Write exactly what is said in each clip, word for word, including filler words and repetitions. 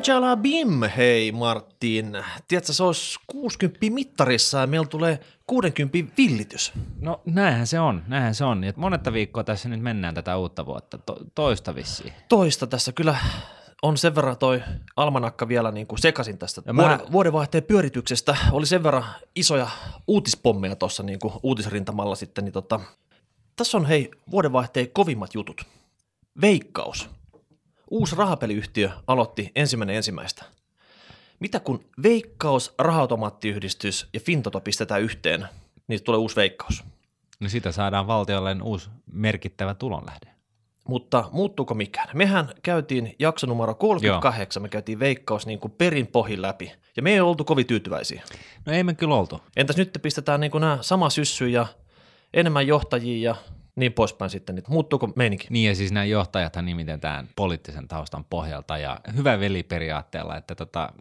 Simsalabim, hei Martin. Tiedätkö, se olisi kuusikymmentä mittarissa ja meillä tulee kuusikymmentä villitys. No näinhän se on, näinhän se on. Ja monetta viikkoa tässä nyt mennään tätä uutta vuotta, to- toista vissiin. Toista tässä kyllä on sen verran toi almanakka vielä niin kuin sekaisin tästä Ja vuoden, mä... vuodenvaihteen pyörityksestä. Oli sen verran isoja uutispommeja tuossa niin kuin uutisrintamalla sitten. Niin tota, tässä on hei vuodenvaihteen kovimmat jutut. Veikkaus. Uusi rahapeliyhtiö aloitti ensimmäinen ensimmäistä. Mitä kun Veikkaus, Raha-automaattiyhdistys ja Fintoto pistetään yhteen, niin tulee uusi Veikkaus. No siitä saadaan valtiolle uusi merkittävä tulonlähde. Mutta muuttuuko mikään? Mehän käytiin jakso numero kolmekymmentäkahdeksan, Joo. me käytiin Veikkaus niin kuin perin pohjin läpi, ja me ei oltu kovin tyytyväisiä. No ei me kyllä oltu. Entäs nyt pistetään niin kuin nämä sama syssy ja enemmän johtajia ja niin poispäin sitten, niin muuttuuko meininki? Niin ja siis nämä johtajathan nimitetään poliittisen taustan pohjalta ja hyvä veliperiaatteella, että tota,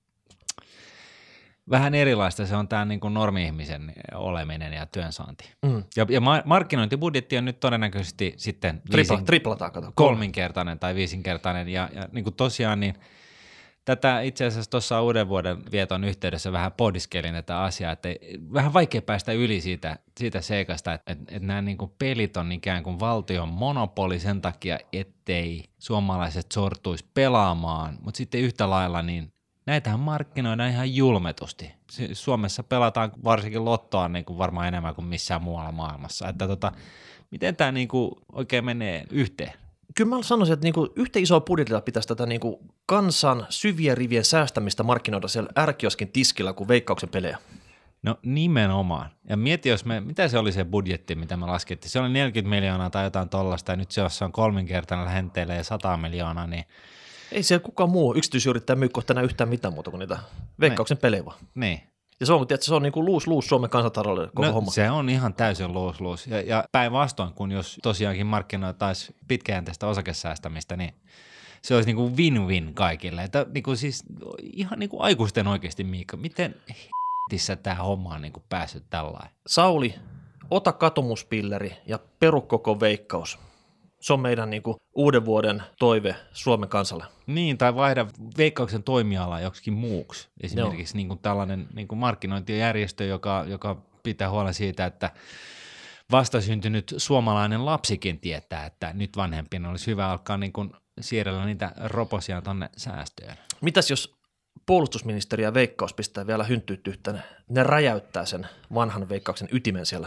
vähän erilaista se on tämä niin kuin normi-ihmisen oleminen ja työnsaanti. Mm. Ja, ja markkinointibudjetti on nyt todennäköisesti sitten Tripla, triplataan, kato. kolminkertainen tai viisinkertainen ja, ja niin kuin tosiaan niin tätä itse asiassa tuossa uuden vuoden vieton yhteydessä vähän pohdiskelin tätä asiaa, että vähän vaikea päästä yli siitä, siitä seikasta, että, että, että nämä niin kuin pelit on ikään kuin valtion monopoli sen takia, ettei suomalaiset sortuisi pelaamaan, mutta sitten yhtä lailla niin näitähän markkinoidaan ihan julmetusti. Suomessa pelataan varsinkin lottoa niin kuin varmaan enemmän kuin missään muualla maailmassa, että tota, miten tämä niin kuin oikein menee yhteen? Kyllä mä sanoisin, että niinku yhtä isoa budjetilla pitäisi tätä niinku kansan syvien rivien säästämistä markkinoida siellä R-kioskin tiskillä kuin Veikkauksen pelejä. No nimenomaan. Ja mieti, jos me, mitä se oli se budjetti, mitä me laskettiin. Se oli neljäkymmentä miljoonaa tai jotain tollasta, ja nyt se on kolminkertainen lähentelee sata miljoonaa, niin ei siellä kukaan muu yksityisyrittäjä myy kohta enää yhtään mitään muuta kuin niitä Veikkauksen pelejä vaan. Niin. Ja se on, tiedätkö, se on niin kuin luus luus Suomen kansantaloudelle koko no, homma. Se on ihan täysin luus luus. Ja, ja päinvastoin, kun jos tosiaankin markkinoitaisiin pitkäjänteistä osakesäästämistä, niin se olisi niin kuin win-win kaikille. Että niin kuin siis ihan niin kuin aikuisten oikeasti, Miikka, miten h**tissä tämä homma on niin kuin päässyt tällainen? Sauli, ota katumuspilleri ja peru koko Veikkaus. Se on meidän niin kuin uuden vuoden toive Suomen kansalle. Niin, tai vaihda Veikkauksen toimialaa joksikin muuksi. Esimerkiksi niin kuin tällainen niin kuin markkinointijärjestö, joka, joka pitää huolen siitä, että vastasyntynyt suomalainen lapsikin tietää, että nyt vanhempien olisi hyvä alkaa niin kuin siirrellä niitä roposia tonne säästöön. Mitäs jos puolustusministeri ja Veikkaus pistää vielä hynttyyt yhteen, ne räjäyttää sen vanhan Veikkauksen ytimen siellä?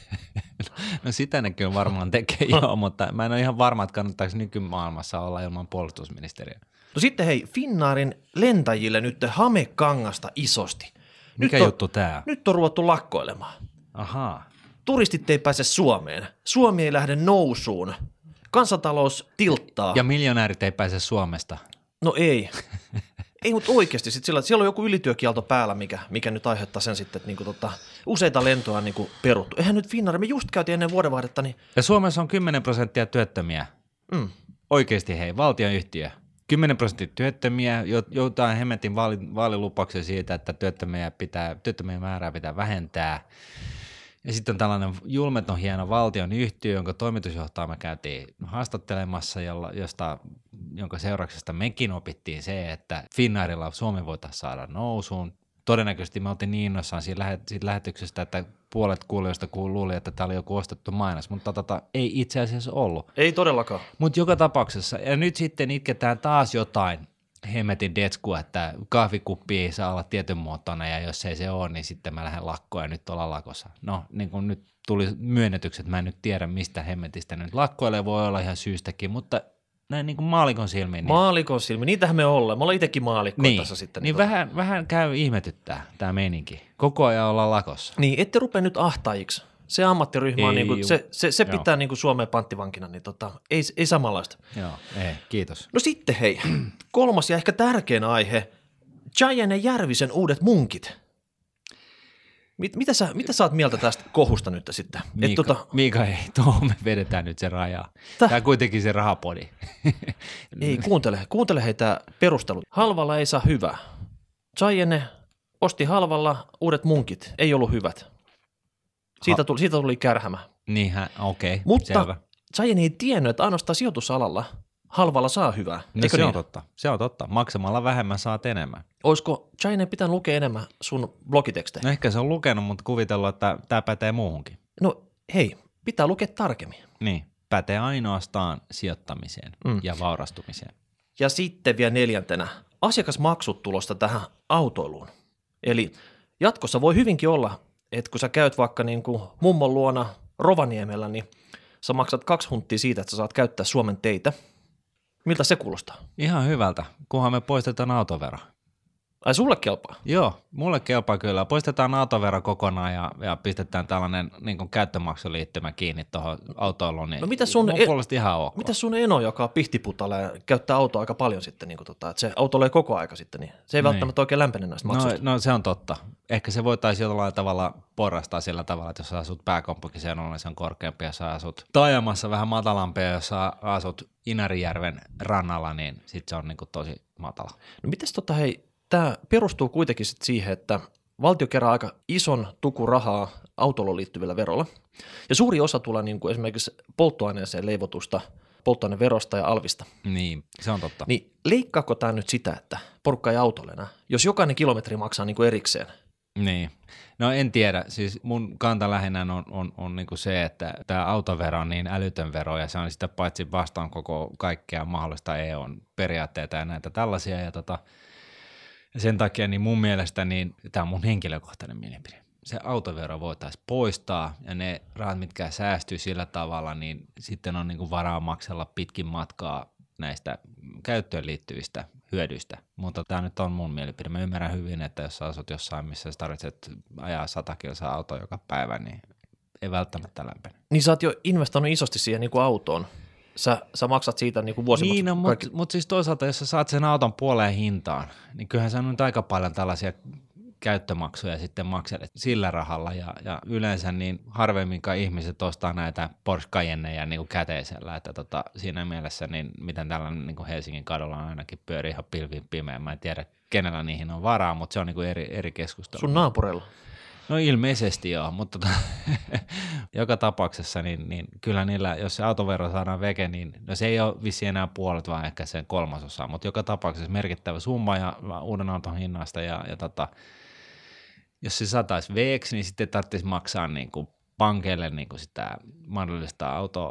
No sitä ne kyllä varmaan tekee joo, mutta mä en ole ihan varma, että kannattaisi nykymaailmassa olla ilman puolustusministeriä. No sitten hei, Finnairin lentäjille nyt hamekangasta isosti. Mikä nyt juttu on, tää? Nyt on ruvettu lakkoilemaan. Ahaa. Turistit ei pääse Suomeen. Suomi ei lähde nousuun. Kansantalous tilttaa. Ja miljonäärit ei pääse Suomesta. No ei. Ei, mutta oikeasti sit sillä, että siellä on joku ylityökielto päällä, mikä, mikä nyt aiheuttaa sen sitten, että niinku tota, useita lentoja on niinku peruttu. Eihän nyt Finnair, me just käytiin ennen vuodenvaihdetta. Niin... Ja Suomessa on kymmenen prosenttia työttömiä. Mm. Oikeasti hei, valtionyhtiö. kymmenen prosenttia työttömiä, joutaa hemmetin vaali, vaalilupauksia siitä, että työttömiä, pitää, työttömiä määrää pitää vähentää. Ja sitten on tällainen julmeton hieno valtionyhtiö, jonka toimitusjohtaja me käytiin haastattelemassa, jolla, josta, jonka seurauksesta mekin opittiin se, että Finnairilla Suomi voitaisiin saada nousuun. Todennäköisesti me oltiin niin innoissaan siitä, lähet, siitä lähetyksestä, että puolet kuulijoista luuli, että tämä oli joku ostettu mainos, mutta tota, ei itse asiassa ollut. Ei todellakaan. Mutta joka tapauksessa, ja nyt sitten itketään taas jotain hemmetin detskua, että kahvikuppi ei saa olla tietyn muotoinen, ja jos ei se ole, niin sitten mä lähden lakkoon ja nyt ollaan lakossa. No, niin kuin nyt tuli myönnetykset, mä en nyt tiedä, mistä hemmetistä nyt lakkoilee, voi olla ihan syystäkin, mutta näin niin kuin maalikon silmiin. Niin... Maalikon silmiin, niitähän me ollaan. Me ollaan itsekin maalikkoja niin, tässä sitten. Niin, niin vähän, tota... vähän käy ihmetyttää tämä meininki. Koko ajan ollaan lakossa. Niin, ette rupea nyt ahtaajiksi. Se ammattiryhmä on, niin kuin, se, se, se pitää niin kuin Suomeen panttivankina, niin tota, ei, ei samanlaista. Joo, ei, kiitos. No sitten hei, kolmas ja ehkä tärkein aihe, Giant ja Järvisen uudet munkit. Mit, mitä, sä, mitä sä oot mieltä tästä kohusta nyt sitten? Miika, tota... Miika ei, tuohon me vedetään nyt se raja. Täh? Tämä on kuitenkin se rahapodi. Ei, kuuntele, kuuntele heitä perustelut. Halvalla ei saa hyvää. Giant osti halvalla uudet munkit, ei ollut hyvät. Siitä tuli, siitä tuli kärhämä. Niinhän, okei, okay, Mutta selvä. Giant ei tiennyt, että ainoastaan sijoitusalalla halvalla saa hyvää. No Eikö se niin? on totta. Se on totta. Maksamalla vähemmän saat enemmän. Olisiko Chainen pitänyt lukea enemmän sun blogitekstejä? No ehkä se on lukenut, mutta kuvitellut, että tämä pätee muuhunkin. No hei, pitää lukea tarkemmin. Niin, pätee ainoastaan sijoittamiseen mm. ja vaurastumiseen. Ja sitten vielä neljäntenä, asiakasmaksut tulosta tähän autoiluun. Eli jatkossa voi hyvinkin olla, että kun sä käyt vaikka niin kuin mummon luona Rovaniemellä, niin sä maksat kaksi hunttia siitä, että sä saat käyttää Suomen teitä. Miltä se kuulostaa? Ihan hyvältä, kunhan me poistetaan autovero. Ai sulle kelpaa? Joo, mulle kelpaa kyllä. Poistetaan autovero kokonaan ja, ja pistetään tällainen niin kuin käyttömaksuliittymä kiinni tuohon autoiluun. Niin no mitä sun, mun e- puolesta ihan ok. Mitä sun eno, joka on pihtiputalla ja käyttää autoa aika paljon sitten, niin kuin tota, että se autoilee koko aika sitten, niin se ei niin. välttämättä oikein lämpene näistä maksuista. No, no se on totta. Ehkä se voitaisiin jollain tavalla porrastaa sillä tavalla, että jos sä asut pääkaupunkiseudulla, niin se on korkeampi, jos sä asut taajamassa vähän matalampia, jos sä asut Inarijärven rannalla, niin sit se on niin kuin tosi matala. No mites tota hei, tämä perustuu kuitenkin sit siihen, että valtio kerää aika ison tuku rahaa autoiluun liittyvillä verolla, ja suuri osa tulee niin kuin esimerkiksi polttoaineeseen leivotusta polttoaineverosta ja alvista. Niin, se on totta. Niin leikkaako tämä nyt sitä, että porukka ei autolle enää, jos jokainen kilometri maksaa niin kuin erikseen? Niin. No en tiedä, siis mun kanta lähinnä on, on, on niin kuin se, että tämä autovero on niin älytön vero ja se on sitä paitsi vastaan koko kaikkea mahdollista E U:n periaatteita ja näitä tällaisia ja tota, sen takia niin mun mielestä niin tämä on mun henkilökohtainen mielipide. Se autovero voitaisiin poistaa ja ne rahat, mitkä säästyy sillä tavalla, niin sitten on niin kuin varaa maksella pitkin matkaa näistä käyttöön liittyvistä hyödyistä. Mutta tämä nyt on mun mielipide. Mä ymmärrän hyvin, että jos sä asut jossain, missä sä tarvitset ajaa sata kilsaa autoa joka päivä, niin ei välttämättä lämpene. Niin sä oot jo investoinut isosti siihen niin kuin autoon. Sä, sä maksat siitä niin kuin vuosimaksut. Niin, no, mutta kaikki... mut siis toisaalta, jos sä saat sen auton puoleen hintaan, niin kyllähän sä nyt aika paljon tällaisia käyttömaksuja sitten makselet sillä rahalla ja, ja yleensä niin harvemminkaan ihmiset ostaa näitä Porsche Cayenneja niin kuin käteisellä, että tota, siinä mielessä niin miten tällainen niin kuin Helsingin kadulla on ainakin pyörii ihan pilvin pimeä, mä en tiedä kenellä niihin on varaa, mutta se on niin kuin eri, eri keskustelu. Sun naapureilla? No ilmeisesti joo, mutta tota, joka tapauksessa niin, niin kyllä niillä, jos se autovero saadaan veke, niin no se ei ole vissiin enää puolet, vaan ehkä sen kolmasosa, mutta joka tapauksessa merkittävä summa ja uuden auton hinnasta ja, ja tota, jos se saataisiin veeksi, niin sitten tarvitsisi maksaa niin kuin pankeille niin kuin sitä mahdollista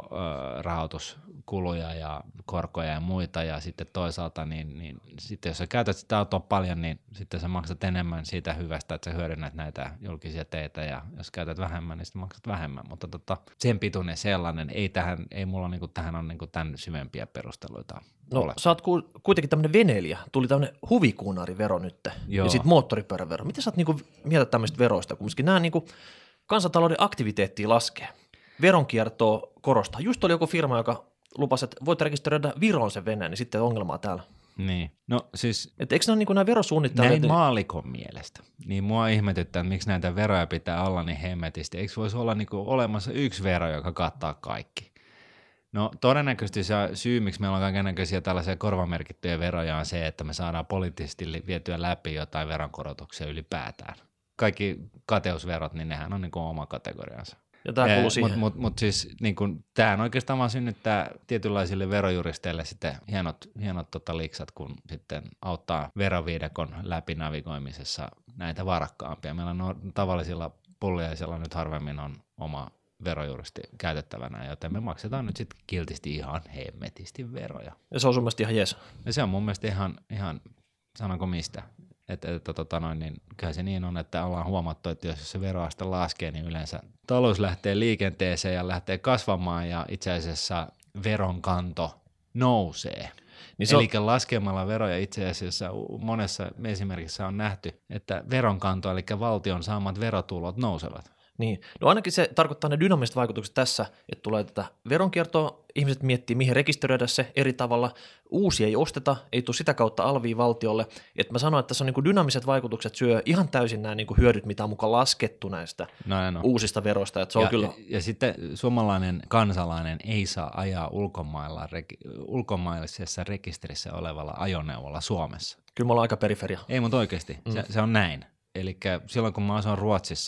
autorahoituskuluja ja korkoja ja muita, ja sitten toisaalta, niin, niin sitten jos sä käytät sitä autoa paljon, niin sitten sä maksat enemmän siitä hyvästä, että sä hyödynnät näitä julkisia teitä, ja jos käytät vähemmän, niin sitten maksat vähemmän, mutta tota, sen pituinen sellainen, ei, tähän, ei mulla niin kuin, tähän on niin kuin tämän syvempiä perusteluita. No ole. Sä oot kuitenkin tämmöinen veneilijä, tuli tämmöinen huvikuunarivero nyt, Joo. ja sitten moottoripyörävero. Miten sä oot niinku mieltä tämmöistä veroista, kumminkin nämä niinku kansantalouden aktiviteettia laskee, veronkiertoa korostaa. Just oli joku firma, joka lupasi, että voit rekisteröidä Viroon sen veneen, niin sitten ongelmaa täällä. Niin, no siis et eikö nämä, niin nämä verosuunnittelijat... Näin maalikon mielestä, niin mua ihmetyttää, että miksi näitä veroja pitää olla niin hemmetisti. Eikö voisi olla niin kuin olemassa yksi vero, joka kattaa kaikki? No todennäköisesti se syy, miksi meillä on kaikennäköisiä tällaisia korvamerkittyjä veroja on se, että me saadaan poliittisesti vietyä läpi jotain veronkorotuksia ylipäätään. Kaikki kateusverot, niin nehän on niin kuin oma kategoriansa. Ja tämä kuuluu siihen. Mutta mut, mut siis niin kun, tämähän oikeastaan vaan synnyttää tietynlaisille verojuristeille sitten hienot, hienot tota liksat, kun sitten auttaa veroviidakon läpinavigoimisessa näitä varakkaampia. Meillä on tavallisilla pulliaisilla nyt harvemmin on oma verojuristi käytettävänä, joten me maksetaan nyt sitten kiltisti ihan hemmetisti veroja. Ja se on sun mielestä ihan jees. Ja se on mun mielestä ihan, ihan sanonko mistä, että, että tota noin, niin kyllä se niin on, että ollaan huomattu, että jos se veroaste laskee, niin yleensä talous lähtee liikenteeseen ja lähtee kasvamaan ja itse asiassa veronkanto nousee. Niin Eli on... laskemalla veroja itse asiassa monessa esimerkissä on nähty, että veronkanto, eli valtion saamat verotulot nousevat. Niin, no ainakin se tarkoittaa ne dynaamiset vaikutukset tässä, että tulee tätä veronkiertoa, ihmiset miettii, mihin rekisteröidä se eri tavalla, uusi ei osteta, ei tule sitä kautta alvia valtiolle, että mä sanoin, että tässä on niin kuin dynaamiset vaikutukset syö ihan täysin nämä niin kuin hyödyt, mitä on mukaan laskettu näistä no, no. uusista veroista, että se on ja, kyllä... Ja, ja sitten suomalainen kansalainen ei saa ajaa ulkomailla, ulkomaillisessa rekisterissä olevalla ajoneuvolla Suomessa. Kyllä me ollaan aika periferia. Ei, mutta oikeasti, mm. se, se on näin. Eli silloin kun mä asun Ruotsissa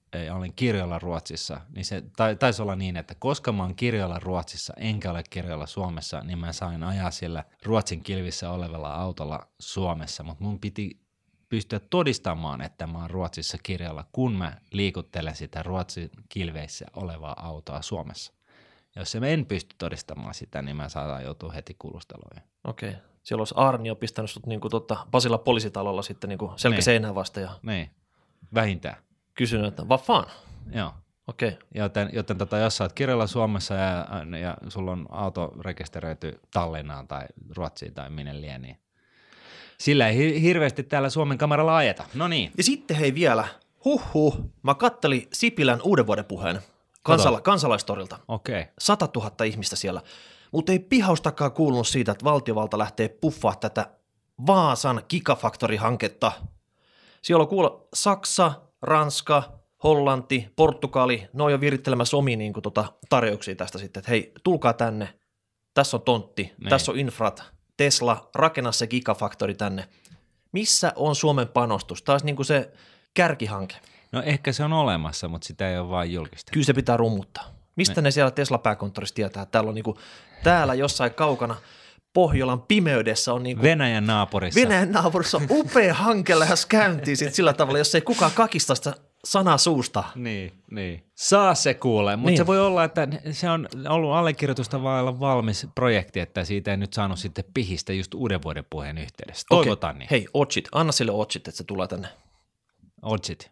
ja olin kirjoilla Ruotsissa, niin se taisi olla niin, että koska mä oon kirjoilla Ruotsissa enkä ole kirjoilla Suomessa, niin mä sain ajaa sillä Ruotsin kilvissä olevalla autolla Suomessa, mutta mun piti pystyä todistamaan, että mä oon Ruotsissa kirjalla, kun mä liikuttelen sitä Ruotsin kilveissä olevaa autoa Suomessa. Jos en pysty todistamaan sitä, niin mä saatan joutua heti kuulusteluun. Okei. Siellä olisi Arnio pistänyt sut niinku tota Pasila poliisitalolla sitten niinku selkä niin. Seinään vasta ja niin. Vähintään. Kysynyt, että vad fan? Joo. Okei. Okay. Joten, joten tota, jos sä oot kirjalla Suomessa ja, ja sulla on auto rekisteröity Tallinnaan tai Ruotsiin tai minne lie, niin sillä ei hirveästi täällä Suomen kameralla ajeta. No niin. Ja sitten hei vielä, huhhuh, mä kattelin Sipilän uuden vuoden puheen kansala- kansalaistorilta. Okei. Okay. satatuhatta ihmistä siellä, mutta ei pihaustakaan kuulunut siitä, että valtiovalta lähtee puffaa tätä Vaasan Gigafactory-hanketta. Siellä on kuulla Saksa, Ranska, Hollanti, Portugali, ne on jo virittelemässä omia niin kuin, tota, tarjouksia tästä sitten, että hei, tulkaa tänne, tässä on tontti, Nein. tässä on infrat, Tesla, rakenna se Gigafactory tänne. Missä on Suomen panostus? Taas niin kuin se kärkihanke. No ehkä se on olemassa, mutta sitä ei ole vain julkista. Kyllä se pitää rummuttaa. Mistä ne, ne siellä Tesla-pääkonttorissa tietää, että täällä on niin kuin, täällä jossain kaukana Pohjolan pimeydessä on niinku Venäjän naapurissa. Venäjän naapurissa on upea hanke lähes käyntiin sit sillä tavalla, jos ei kukaan kakista sitä sanaa suusta. Niin, niin. Saa se kuule, mutta niin. Se voi olla, että se on ollut allekirjoitusta vailla valmis projekti, että siitä ei nyt saanut sitten pihistä just uuden vuoden puheen yhteydessä. Toivotaan okay. Niin. Hei, otsit, anna sille otsit, että se tulee tänne. Otsit.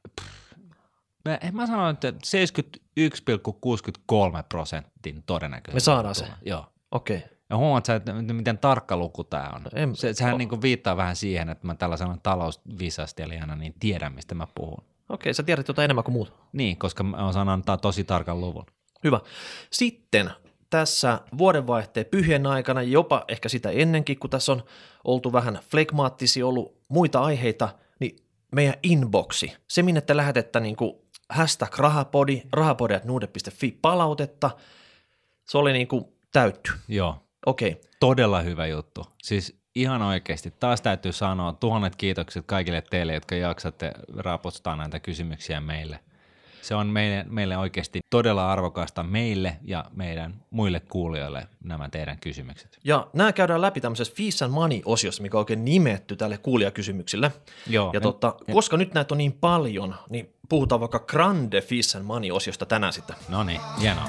Mä, mä sanon, että seitsemänkymmentäyksi pilkku kuusikymmentäkolme prosentin todennäköisesti. Me saadaan se? Joo. Okei. Okay. Ja huomaat sä, että miten tarkka luku tämä on. En, se, sehän o- niin kuin viittaa vähän siihen, että mä tällaisena talousvisastelijana niin tiedän, mistä mä puhun. Okei, sä tiedät jotain enemmän kuin muut. Niin, koska mä osaan antaa tosi tarkan luvun. Hyvä. Sitten tässä vuodenvaihteen pyhien aikana, jopa ehkä sitä ennenkin, kun tässä on oltu vähän flegmaattisia, ollut muita aiheita, niin meidän inboxi, se minne te lähetettä niin kuin hashtag rahapodi, rahapodi at nuude piste fi palautetta, se oli niin kuin täytty. Joo. Okei. Okay. Todella hyvä juttu. Siis ihan oikeasti. Taas täytyy sanoa tuhannet kiitokset kaikille teille, jotka jaksatte raapottaa näitä kysymyksiä meille. Se on meille, meille oikeasti todella arvokasta meille ja meidän muille kuulijoille nämä teidän kysymykset. Ja nämä käydään läpi tämmöisessä Fees and Money-osiossa, mikä on oikein nimetty tälle kuulijakysymyksille. Joo. Ja totta, ja koska nyt näitä on niin paljon, niin puhutaan vaikka Grande Fees and Money-osiosta tänään sitten. No niin, hienoa.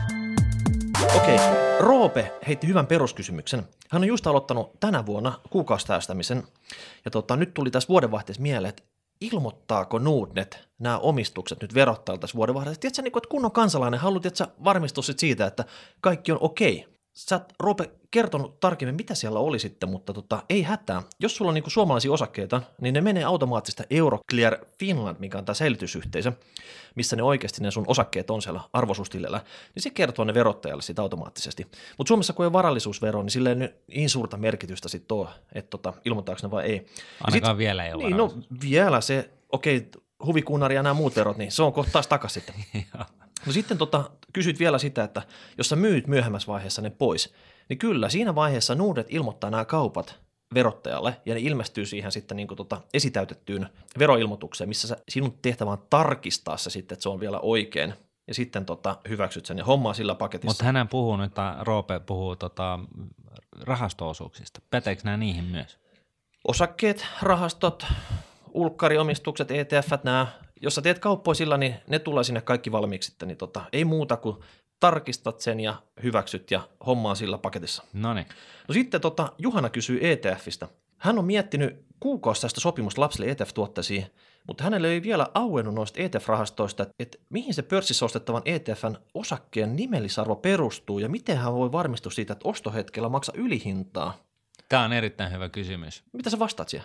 Okei, Roope heitti hyvän peruskysymyksen. Hän on just aloittanut tänä vuonna kuukausisäästämisen, ja tota, nyt tuli tässä vuodenvaihteessa mieleen, että ilmoittaako Nordnet nämä omistukset nyt verottajalta tässä vuodenvaihteessa? Tiedätkö, että kun on kansalainen, haluat varmistua siitä, että kaikki on okei. Sä oot, Roope, kertonut tarkemmin, mitä siellä oli sitten, mutta tota, ei hätää. Jos sulla on niinku suomalaisia osakkeita, niin ne menee automaattisesti Euroclear Finland, mikä on tämä säilytysyhteisö, missä ne oikeasti ne sun osakkeet on siellä arvoisuustilillä, niin se kertoo ne verottajalle siitä automaattisesti. Mutta Suomessa kun ei varallisuusvero, niin sillä ei niin suurta merkitystä sitten ole, että tota, ilmoittaako ne vai ei. Ainakaan sit, vielä ei ole niin, no vielä se, okei, huvikunnari ja nämä muut verot, niin se on kohta taas takaisin sitten. No sitten tota, kysyt vielä sitä, että jos sä myyt myöhemmässä vaiheessa ne pois, niin kyllä siinä vaiheessa Nordnet ilmoittaa nämä kaupat verottajalle ja ne ilmestyy siihen sitten niin kuin tota esitäytettyyn veroilmoitukseen, missä sä, sinun tehtävä on tarkistaa se sitten, että se on vielä oikein ja sitten tota, hyväksyt sen ja hommaa sillä paketissa. Mutta hänhän puhuu nyt, Roope puhuu tota, rahasto-osuuksista. Päteekö nämä niihin myös? Osakkeet, rahastot, ulkkariomistukset, E T F:t, nämä, jos sä teet kauppoja sillä, niin ne tulee sinne kaikki valmiiksi sitten, niin tota, ei muuta kuin tarkistat sen ja hyväksyt ja hommaa sillä paketissa. Noniin. No sitten tota, Juhana kysyy E T F:istä. Hän on miettinyt kuukausista sopimusta lapsille E T F-tuotteisiin, mutta hänelle ei vielä auennut noista E T F-rahastoista, että mihin se pörssissä ostettavan E T F:n osakkeen nimellisarvo perustuu ja miten hän voi varmistua siitä, että ostohetkellä maksaa ylihintaa. Tämä on erittäin hyvä kysymys. Mitä sä vastaat siihen?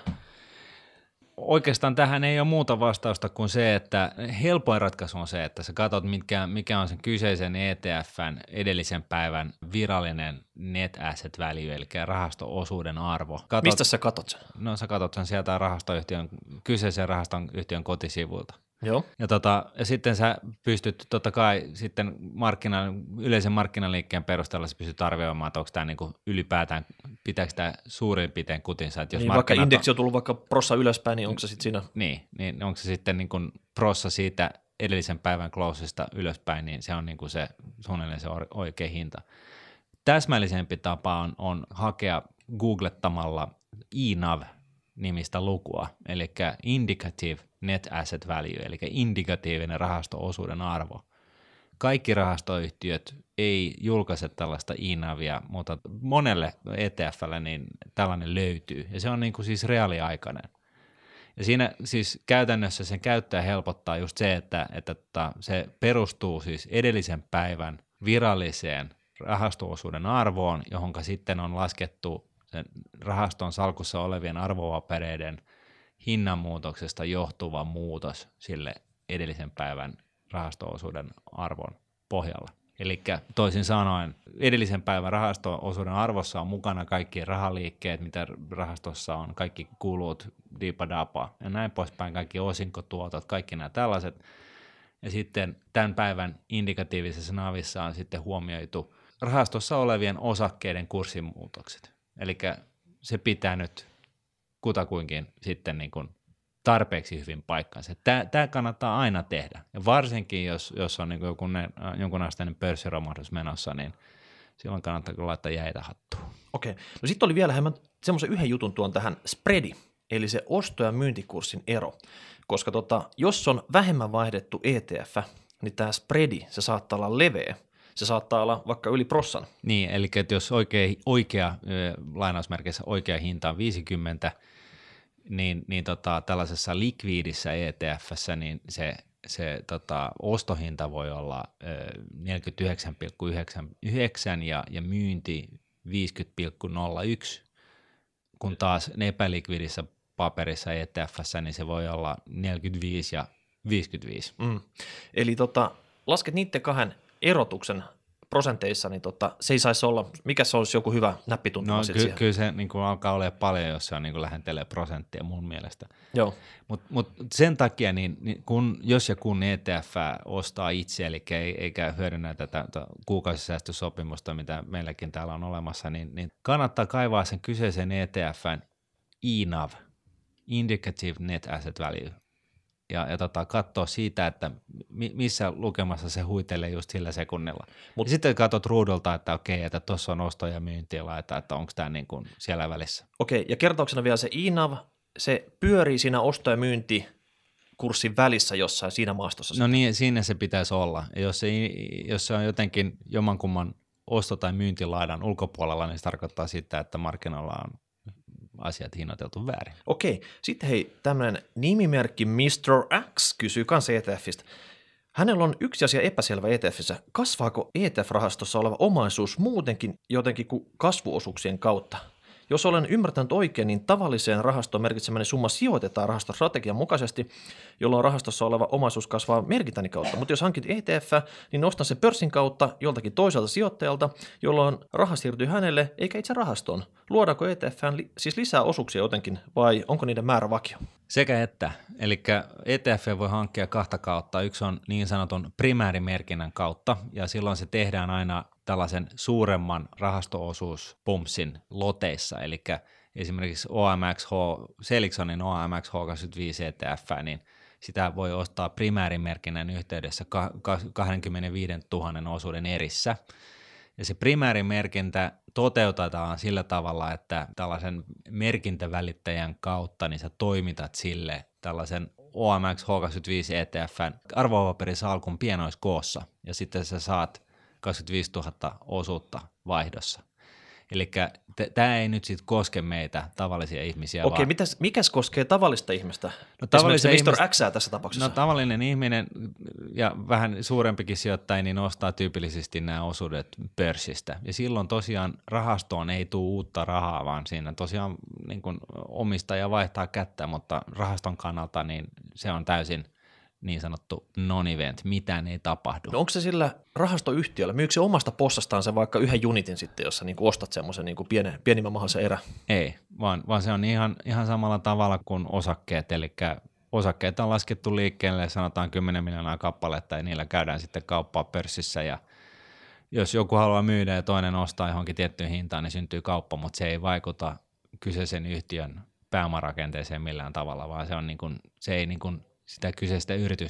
Oikeastaan tähän ei ole muuta vastausta kuin se, että helpoin ratkaisu on se, että sä katsot, mikä, mikä on sen kyseisen E T F:n edellisen päivän virallinen net asset value, eli rahasto-osuuden arvo. Katot, mistä sä katot sen? No sä katot sen sieltä rahastoyhtiön, kyseisen rahaston yhtiön kotisivuilta. Joo. Ja, tota, ja sitten sä pystyt totta kai sitten markkina, yleisen markkinaliikkeen perusteella sä pystyt arvioimaan, että onko tämä niinku ylipäätään, pitääkö tämä suurin piirtein kutinsa. Että jos niin, vaikka indeksi on tullut vaikka prossa ylöspäin, niin onko se sitten siinä? Niin, niin onko se sitten niinku prossa siitä edellisen päivän closesta ylöspäin, niin se on niin kuin se suunnilleen se oikea hinta. Täsmällisempi tapa on, on hakea googlettamalla I N A V-nimistä lukua, eli Indicative Net Asset Value, eli indikatiivinen rahasto-osuuden arvo. Kaikki rahastoyhtiöt ei julkaise tällaista I N A Via, mutta monelle E T F:lle niin tällainen löytyy, ja se on niin kuin siis reaaliaikainen. Ja siinä siis käytännössä sen käyttöä helpottaa just se, että, että, että se perustuu siis edellisen päivän viralliseen rahasto-osuuden arvoon, johon sitten on laskettu sen rahaston salkussa olevien arvopapereiden hinnanmuutoksesta johtuva muutos sille edellisen päivän rahasto-osuuden arvon pohjalla. Eli toisin sanoen edellisen päivän rahasto-osuuden arvossa on mukana kaikki rahaliikkeet, mitä rahastossa on, kaikki kulut, diipadapa ja näin poispäin, kaikki osinkotuotot, kaikki nämä tällaiset. Ja sitten tämän päivän indikatiivisessa navissa on sitten huomioitu rahastossa olevien osakkeiden kurssimuutokset. Eli se pitää nyt kutakuinkin sitten niin kuin tarpeeksi hyvin paikkansa. Tämä, tämä kannattaa aina tehdä. Ja varsinkin, jos, jos on niin kuin joku ne, jonkun asteinen pörssiromahdus menossa, niin silloin kannattaa kyllä laittaa jäitä hattuun. Okei. No sitten oli vielä hieman semmoisen yhden jutun tuon tähän spreadi, eli se osto- ja myyntikurssin ero. Koska tota, jos on vähemmän vaihdettu E T F, niin tämä spreadi, se saattaa olla leveä. Se saattaa olla vaikka yli prossan. Niin, eli että jos oikea, oikea lainausmerkeissä oikea hinta on viisikymmentä, niin, niin tota, tällaisessa likviidissä E T F:ssä niin se, se tota, ostohinta voi olla ö, neljäkymmentäyhdeksän pilkku yhdeksän ja, ja myynti viisikymmentä pilkku nolla yksi, kun taas epälikviidissä paperissa E T F:ssä niin se voi olla neljäkymmentäviisi ja viisikymmentäviisi. Mm. Eli tota, lasket niiden kahden erotuksen prosenteissa, niin tota, se ei saisi olla, mikä se olisi joku hyvä näppituntuma? No ky- kyllä se niin kuin alkaa olemaan paljon, jos se on niin kuin lähentelee prosenttia mun mielestä. Joo. Mutta mut sen takia, niin, niin kun, jos ja kun E T F ostaa itse, eli ei, eikä hyödynnä tätä, tätä kuukausisäästösopimusta, mitä meilläkin täällä on olemassa, niin, niin kannattaa kaivaa sen kyseisen E T F:n I N A V, Indicative Net Asset Value, ja, ja tota, katsoa siitä, että mi, missä lukemassa se huitelee just sillä sekunnilla. Mut, ja sitten katsot ruudulta, että okei, että tuossa on osto ja myynti ja laita, että onko tämä niin kuin siellä välissä. Okei, ja kertauksena vielä se I N A V, se pyörii siinä osto- ja myyntikurssin välissä jossain siinä maastossa. No sitten. niin, siinä se pitäisi olla. Ja jos se, jos se on jotenkin jommankumman osto- tai myyntilaidan ulkopuolella, niin se tarkoittaa sitä, että markkinoilla on asiat hinnoiteltu väärin. Okei, sitten hei, tämmöinen nimimerkki mister X kysyy kans E T F:istä. Hänellä on yksi asia epäselvä E T F:ssä. Kasvaako E T F-rahastossa oleva omaisuus muutenkin jotenkin kuin kasvuosuuksien kautta? Jos olen ymmärtänyt oikein, niin tavalliseen rahastoon merkitsemäni summa sijoitetaan rahastostrategian mukaisesti, jolloin rahastossa oleva omaisuus kasvaa merkintäni kautta. Mutta jos hankit E T F, niin nostan se pörssin kautta joltakin toiselta sijoittajalta, jolloin raha siirtyy hänelle eikä itse rahastoon. Luodaanko E T F:ään li- siis lisää osuuksia jotenkin vai onko niiden määrä vakio? Sekä että. Eli E T F voi hankkia kahta kautta. Yksi on niin sanotun primäärimerkinnän kautta, ja silloin se tehdään aina tällaisen suuremman rahasto-osuuspumpsin loteissa, eli esimerkiksi O M X H, Seligsonin O M X H kaksikymmentäviisi E T F, niin sitä voi ostaa primäärimerkinnän yhteydessä kaksikymmentäviisituhatta osuuden erissä. Ja se primäärimerkintä toteutetaan sillä tavalla, että tällaisen merkintävälittäjän kautta niin sä toimitat sille tällaisen O M X H kaksikymmentäviisi E T F:n arvopaperisalkun pienoiskoossa, ja sitten sä saat kaksikymmentäviisituhatta osuutta vaihdossa. Eli tämä ei nyt sitten koske meitä, tavallisia ihmisiä. Okei, vaan... mitäs, mikäs koskee tavallista ihmistä? No, tavallisen mister ihmistä... Xää tässä tapauksessa? No tavallinen ihminen ja vähän suurempikin sijoittaja niin ostaa tyypillisesti nämä osuudet pörssistä. Ja silloin tosiaan rahastoon ei tule uutta rahaa, vaan siinä tosiaan niin kun omistaja vaihtaa kättä, mutta rahaston kannalta niin se on täysin niin sanottu non-event, mitään ei tapahdu. No onko se sillä rahastoyhtiöllä, myykö se omasta possastaan se vaikka yhden unitin sitten, jossa niinku ostat semmoisen niinku pienen, pienimmän mahdollisen erä? Ei, vaan, vaan se on ihan, ihan samalla tavalla kuin osakkeet, eli osakkeet on laskettu liikkeelle, sanotaan kymmenen miljoonaa kappaletta, ja niillä käydään sitten kauppaa pörssissä, ja jos joku haluaa myydä ja toinen ostaa johonkin tiettyyn hintaan, niin syntyy kauppa, mutta se ei vaikuta kyseisen yhtiön pääomarakenteeseen millään tavalla, vaan se, on niin kuin, se ei niin kuin sitä kyseistä yritystä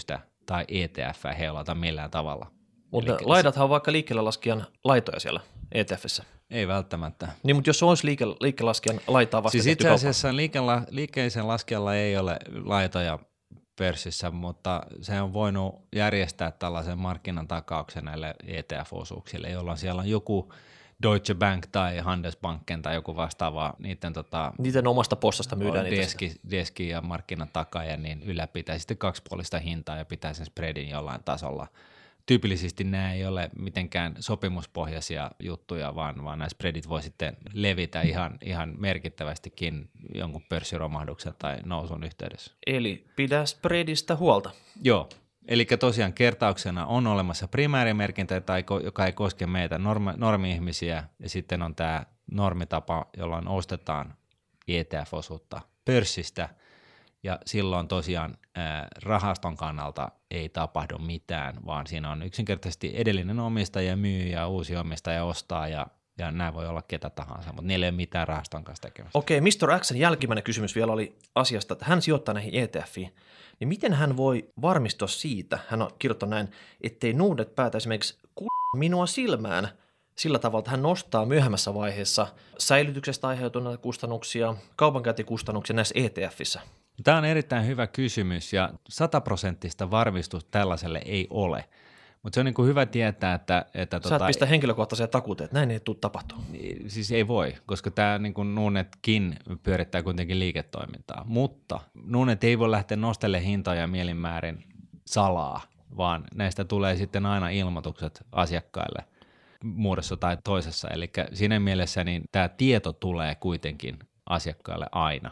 tai E T F heilata millään tavalla. Mutta Elikkä laidathan on vaikka liikkeelle laskijan laitoja siellä E T F:ssä. Ei välttämättä. Niin, mutta jos olisi liike, liikkeelaskijan laitaa vasta siis tehty itse asiassa liikkeellä, liikkeisen laskijalla ei ole laitoja pörssissä, mutta se on voinut järjestää tällaisen markkinan takauksen näille E T F-osuuksille, jolloin siellä on joku Deutsche Bank tai Handelsbanken tai joku vastaava niiden, tota, niiden omasta postasta myydään niitä. Deski, deski ja markkinan takaaja, niin ylläpitää sitten kaksipuolista hintaa ja pitää sen spreadin jollain tasolla. Tyypillisesti nämä ei ole mitenkään sopimuspohjaisia juttuja, vaan, vaan nämä spreadit voi sitten levitä ihan, ihan merkittävästikin jonkun pörssiromahduksen tai nousun yhteydessä. Eli pidä spreadistä huolta. Joo, eli tosiaan kertauksena on olemassa primäärimerkintä, tai joka ei koske meitä normi, normi-ihmisiä, ja sitten on tämä normitapa, jolloin ostetaan E T F-osuutta pörssistä, ja silloin tosiaan ää, rahaston kannalta ei tapahdu mitään, vaan siinä on yksinkertaisesti edellinen omistaja myy ja uusi omistaja ostaa, ja, ja nämä voi olla ketä tahansa, mutta niillä ei ole mitään rahaston kanssa tekemistä. Okei, mister X:n jälkimmäinen kysymys vielä oli asiasta, että hän sijoittaa näihin E T Fiin, niin miten hän voi varmistua siitä, hän on kirjoittanut näin, ettei Nordnet päätä esimerkiksi k*** minua silmään sillä tavalla, että hän nostaa myöhemmässä vaiheessa säilytyksestä aiheutuneita kustannuksia, kaupankäyntikustannuksia näissä E T Fissä. Tämä on erittäin hyvä kysymys ja sataprosenttista varmistusta tällaiselle ei ole, mutta se on niin kuin hyvä tietää, että... että Sä tota, et pistä henkilökohtaisia takuuteen, että näin ei tule tapahtumaan. Siis ei voi, koska tämä niin kuin Nordnetkin pyörittää kuitenkin liiketoimintaa, mutta Nordnet ei voi lähteä nostelemaan hintoja mielinmäärin salaa, vaan näistä tulee sitten aina ilmoitukset asiakkaille muodossa tai toisessa, eli siinä mielessä niin tämä tieto tulee kuitenkin asiakkaille aina.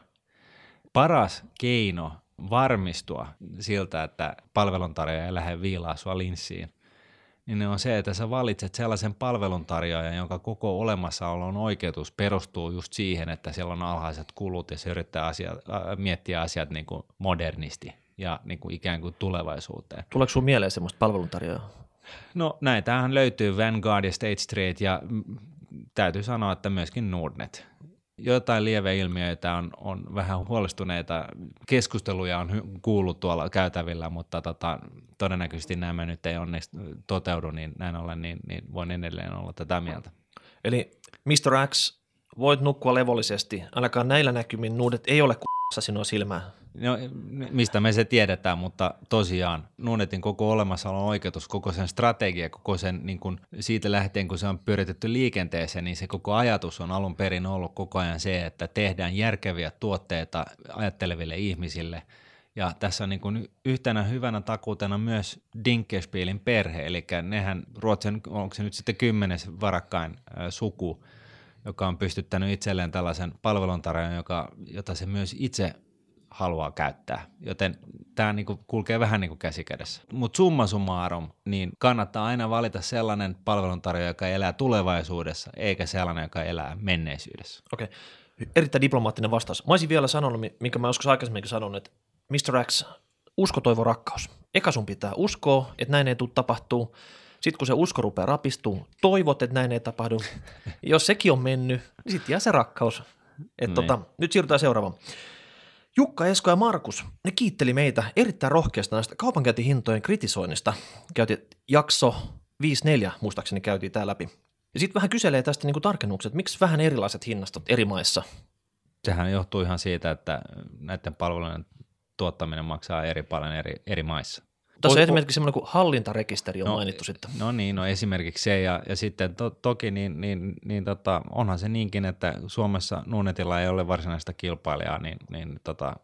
Paras keino varmistua siltä, että palveluntarjoaja ei lähde viilaa sua linssiin, niin on se, että sä valitset sellaisen palveluntarjoajan, jonka koko olemassaolon oikeutus perustuu just siihen, että siellä on alhaiset kulut ja se yrittää asiat, äh, miettiä asiat niin kuin modernisti ja niin kuin ikään kuin tulevaisuuteen. Tuleeko sun mieleen semmoista palveluntarjoajaa? No näitähän löytyy Vanguard ja State Street ja täytyy sanoa, että myöskin Nordnet. Jotain lieveilmiöitä on, on vähän huolestuneita keskusteluja on hy- kuullut tuolla käytävillä, mutta tota, todennäköisesti nämä nyt ei onneksi toteudu, niin näin ollen niin, niin voin edelleen olla tätä mieltä. Eli mister X, voit nukkua levollisesti, ainakaan näillä näkymin Nordnet ei ole k***ssa sinua silmään. No, mistä me se tiedetään, mutta tosiaan Nordnetin koko olemassaolon oikeutus, koko sen strategia, koko sen niin kun siitä lähtien, kun se on pyöritetty liikenteeseen, niin se koko ajatus on alun perin ollut koko ajan se, että tehdään järkeviä tuotteita ajatteleville ihmisille. Ja tässä on niin kun yhtenä hyvänä takuutena myös Dinkelspielin perhe, eli nehän Ruotsin, onko se nyt sitten kymmenes varakkain äh, suku, joka on pystyttänyt itselleen tällaisen palveluntarjoajan, joka, jota se myös itse haluaa käyttää, joten tämä niinku kulkee vähän niin kuin käsi kädessä. Mutta summa summarum, niin kannattaa aina valita sellainen palveluntarjoaja, joka elää tulevaisuudessa, eikä sellainen, joka elää menneisyydessä. Okei, erittäin diplomaattinen vastaus. Mä olisin vielä sanonut, minkä mä joskus aikaisemminkin sanonut, että mister X, usko, toivo, rakkaus. Eka sun pitää uskoa, että näin ei tule tapahtuu. Sitten kun se usko rupeaa rapistuu, toivot, että näin ei tapahdu. Jos sekin on mennyt, niin sitten jää se rakkaus. Et tota, nyt siirrytään seuraavaan. Jukka, Esko ja Markus, ne kiitteli meitä erittäin rohkeasta näistä kaupankäyntihintojen kritisoinnista. Käytiin jakso viisi neljä, muistaakseni käytiin tää läpi. Ja sitten vähän kyselee tästä niinku tarkennukset, että miksi vähän erilaiset hinnastot eri maissa? Sehän johtuu ihan siitä, että näiden palvelujen tuottaminen maksaa eri paljon eri, eri maissa. Tässä on esimerkiksi semmoinen kuin hallintarekisteri on no, mainittu sitten. No niin, no esimerkiksi se ja, ja sitten to, toki niin, niin, niin tota, onhan se niinkin, että Suomessa Nordnetilla ei ole varsinaista kilpailijaa, niin, niin tota,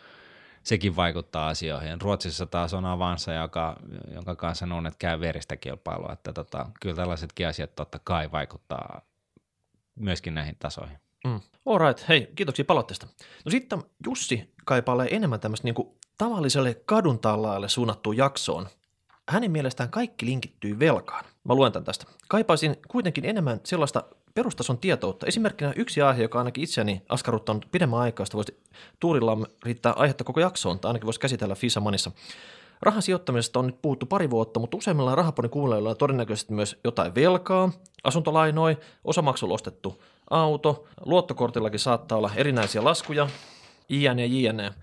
sekin vaikuttaa asioihin. Ruotsissa taas on Avanza, joka, jonka kanssa Nordnet käy veristä kilpailua, että tota, kyllä tällaisetkin asiat totta kai vaikuttaa myöskin näihin tasoihin. Mm. All right, hei, kiitoksia palautteesta. No sitten Jussi kaipailee enemmän tämmöistä niinku tavalliselle kaduntallaajalle suunnattuun jaksoon. Hänen mielestään kaikki linkittyy velkaan. Mä luen tämän tästä. Kaipaisin kuitenkin enemmän sellaista perustason tietoutta. Esimerkkinä yksi aihe, joka ainakin itseäni askarruttanut pidemmän aikaa, sitä voisi tuurilla riittää aihetta koko jaksoon, tai ainakin voisi käsitellä Fisamanissa. Rahan sijoittamisesta on nyt puhuttu pari vuotta, mutta useimmilla rahapodin kuulijoilla on todennäköisesti myös jotain velkaa, asuntolainoi, osamaksulla ostettu auto, luottokortillakin saattaa olla erinäisiä laskuja, jne, jne.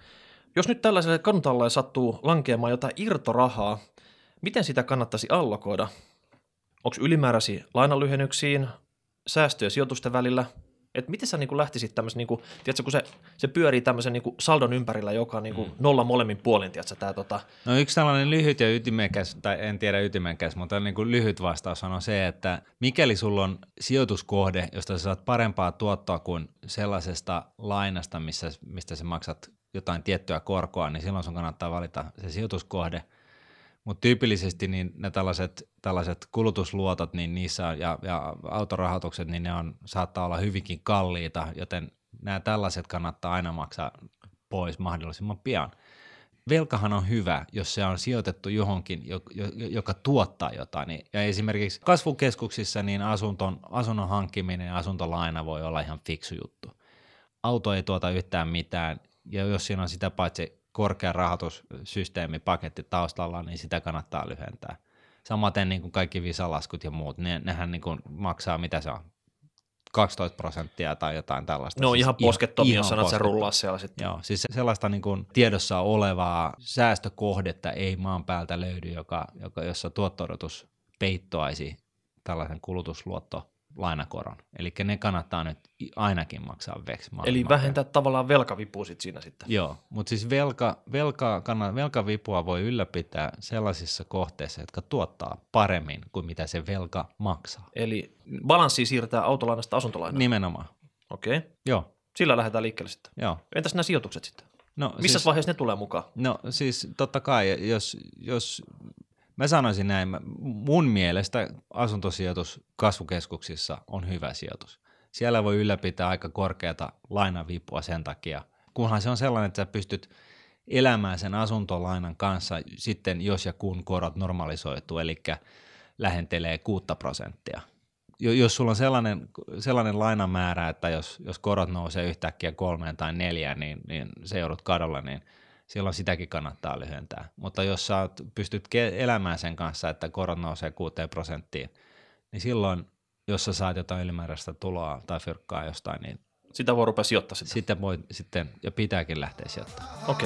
Jos nyt tällaiselle kaduntallalle sattuu lankeamaan jotain irtorahaa, miten sitä kannattaisi allokoida? Onko ylimääräisiä lainanlyhennyksiin, säästöjä sijoitusten välillä? Et miten sä niin lähtisit tämmöisen, niin kuin, tiedätkö, kun se, se pyörii tämmöisen niin saldon ympärillä, joka on niin kuin mm. nolla molemmin puolin, tiedätkö, tää, tota... No yksi tällainen lyhyt ja ytimekäs, tai en tiedä ytimekäs, mutta niin kuin lyhyt vastaus on se, että mikäli sulla on sijoituskohde, josta sä saat parempaa tuottoa kuin sellaisesta lainasta, missä, mistä sä maksat jotain tiettyä korkoa, niin silloin sun kannattaa valita se sijoituskohde. Mutta tyypillisesti niin ne tällaiset, tällaiset kulutusluotot niin niissä on, ja, ja autorahoitukset, niin ne on, saattaa olla hyvinkin kalliita, joten nämä tällaiset kannattaa aina maksaa pois mahdollisimman pian. Velkahan on hyvä, jos se on sijoitettu johonkin, joka tuottaa jotain. Ja esimerkiksi kasvukeskuksissa niin asunton, asunnon hankkiminen ja asuntolaina voi olla ihan fiksu juttu. Auto ei tuota yhtään mitään, ja jos siinä on sitä paitsi korkea rahoitussysteemipaketti taustalla, niin sitä kannattaa lyhentää. Samaten niin kuin kaikki visalaskut ja muut, ne, nehän niin kuin maksaa, mitä se on, kaksitoista prosenttia tai jotain tällaista. Ne on siis ihan poskettomia, jos sanot, se rullaa siellä sitten. Joo, siis sellaista niin kuin tiedossa olevaa säästökohdetta ei maan päältä löydy, joka, joka, jossa tuotto-odotus peittoaisi tällaisen kulutusluotto lainakoron. Eli ne kannattaa nyt ainakin maksaa veksi. Eli vähentää tavallaan velkavipua sit siinä sitten. Joo, mutta siis velka, velka, kannat, velkavipua voi ylläpitää sellaisissa kohteissa, jotka tuottaa paremmin kuin mitä se velka maksaa. Eli balanssi siirtää autolainasta asuntolainaan? Nimenomaan. Okei. Okay. Joo. Sillä lähdetään liikkeelle sitten. Joo. Entäs nämä sijoitukset sitten? No, missä siis, vaiheessa ne tulee mukaan? No siis totta kai, jos... jos Mä sanoisin näin, mun mielestä asuntosijoitus kasvukeskuksissa on hyvä sijoitus. Siellä voi ylläpitää aika korkeata lainavipua sen takia, kunhan se on sellainen, että sä pystyt elämään sen asuntolainan kanssa sitten, jos ja kun korot normalisoituu, eli lähentelee kuutta prosenttia. Jos sulla on sellainen, sellainen lainamäärä, että jos, jos korot nousee yhtäkkiä kolmeen tai neljään, niin, niin se joudut kadolla, niin silloin sitäkin kannattaa lyhentää. Mutta jos sä pystyt elämään sen kanssa, että korot nousee kuuteen prosenttiin, niin silloin, jos sä saat jotain ylimääräistä tuloa tai fyrkkaa jostain, niin sitä voi rupea sijoittaa sitä. Sitä voi sitten, ja pitääkin lähteä sijoittamaan. Okei.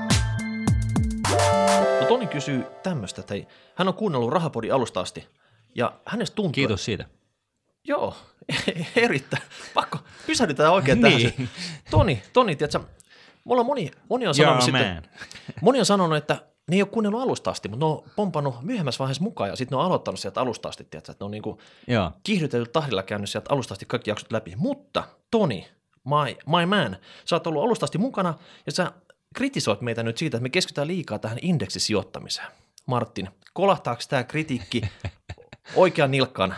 Okay. No Toni kysyy tämmöistä, että hän on kuunnellut Rahapodin alusta asti, ja hänestä tuntuu... Kiitos siitä. Joo, erittäin. Pakko, pysähdytään oikein tähän. Niin. Toni, Toni, tiedätkö, mulla moni, moni, on sanonut sitten, moni on sanonut, että ne ei ole kuunnellut alusta asti, mutta ne on pompannut myöhemmässä vaiheessa mukaan ja sitten ne on aloittanut sieltä alusta asti, tiedätkö, että ne on niin kuin kiihdytetyllä tahdilla käynyt sieltä alusta asti kaikki jaksot läpi. Mutta Toni, my, my man, sä oot ollut alusta asti mukana ja sä kritisoit meitä nyt siitä, että me keskitytään liikaa tähän indeksisijoittamiseen. Martin, kolahtaako tämä kritiikki oikean nilkkaan?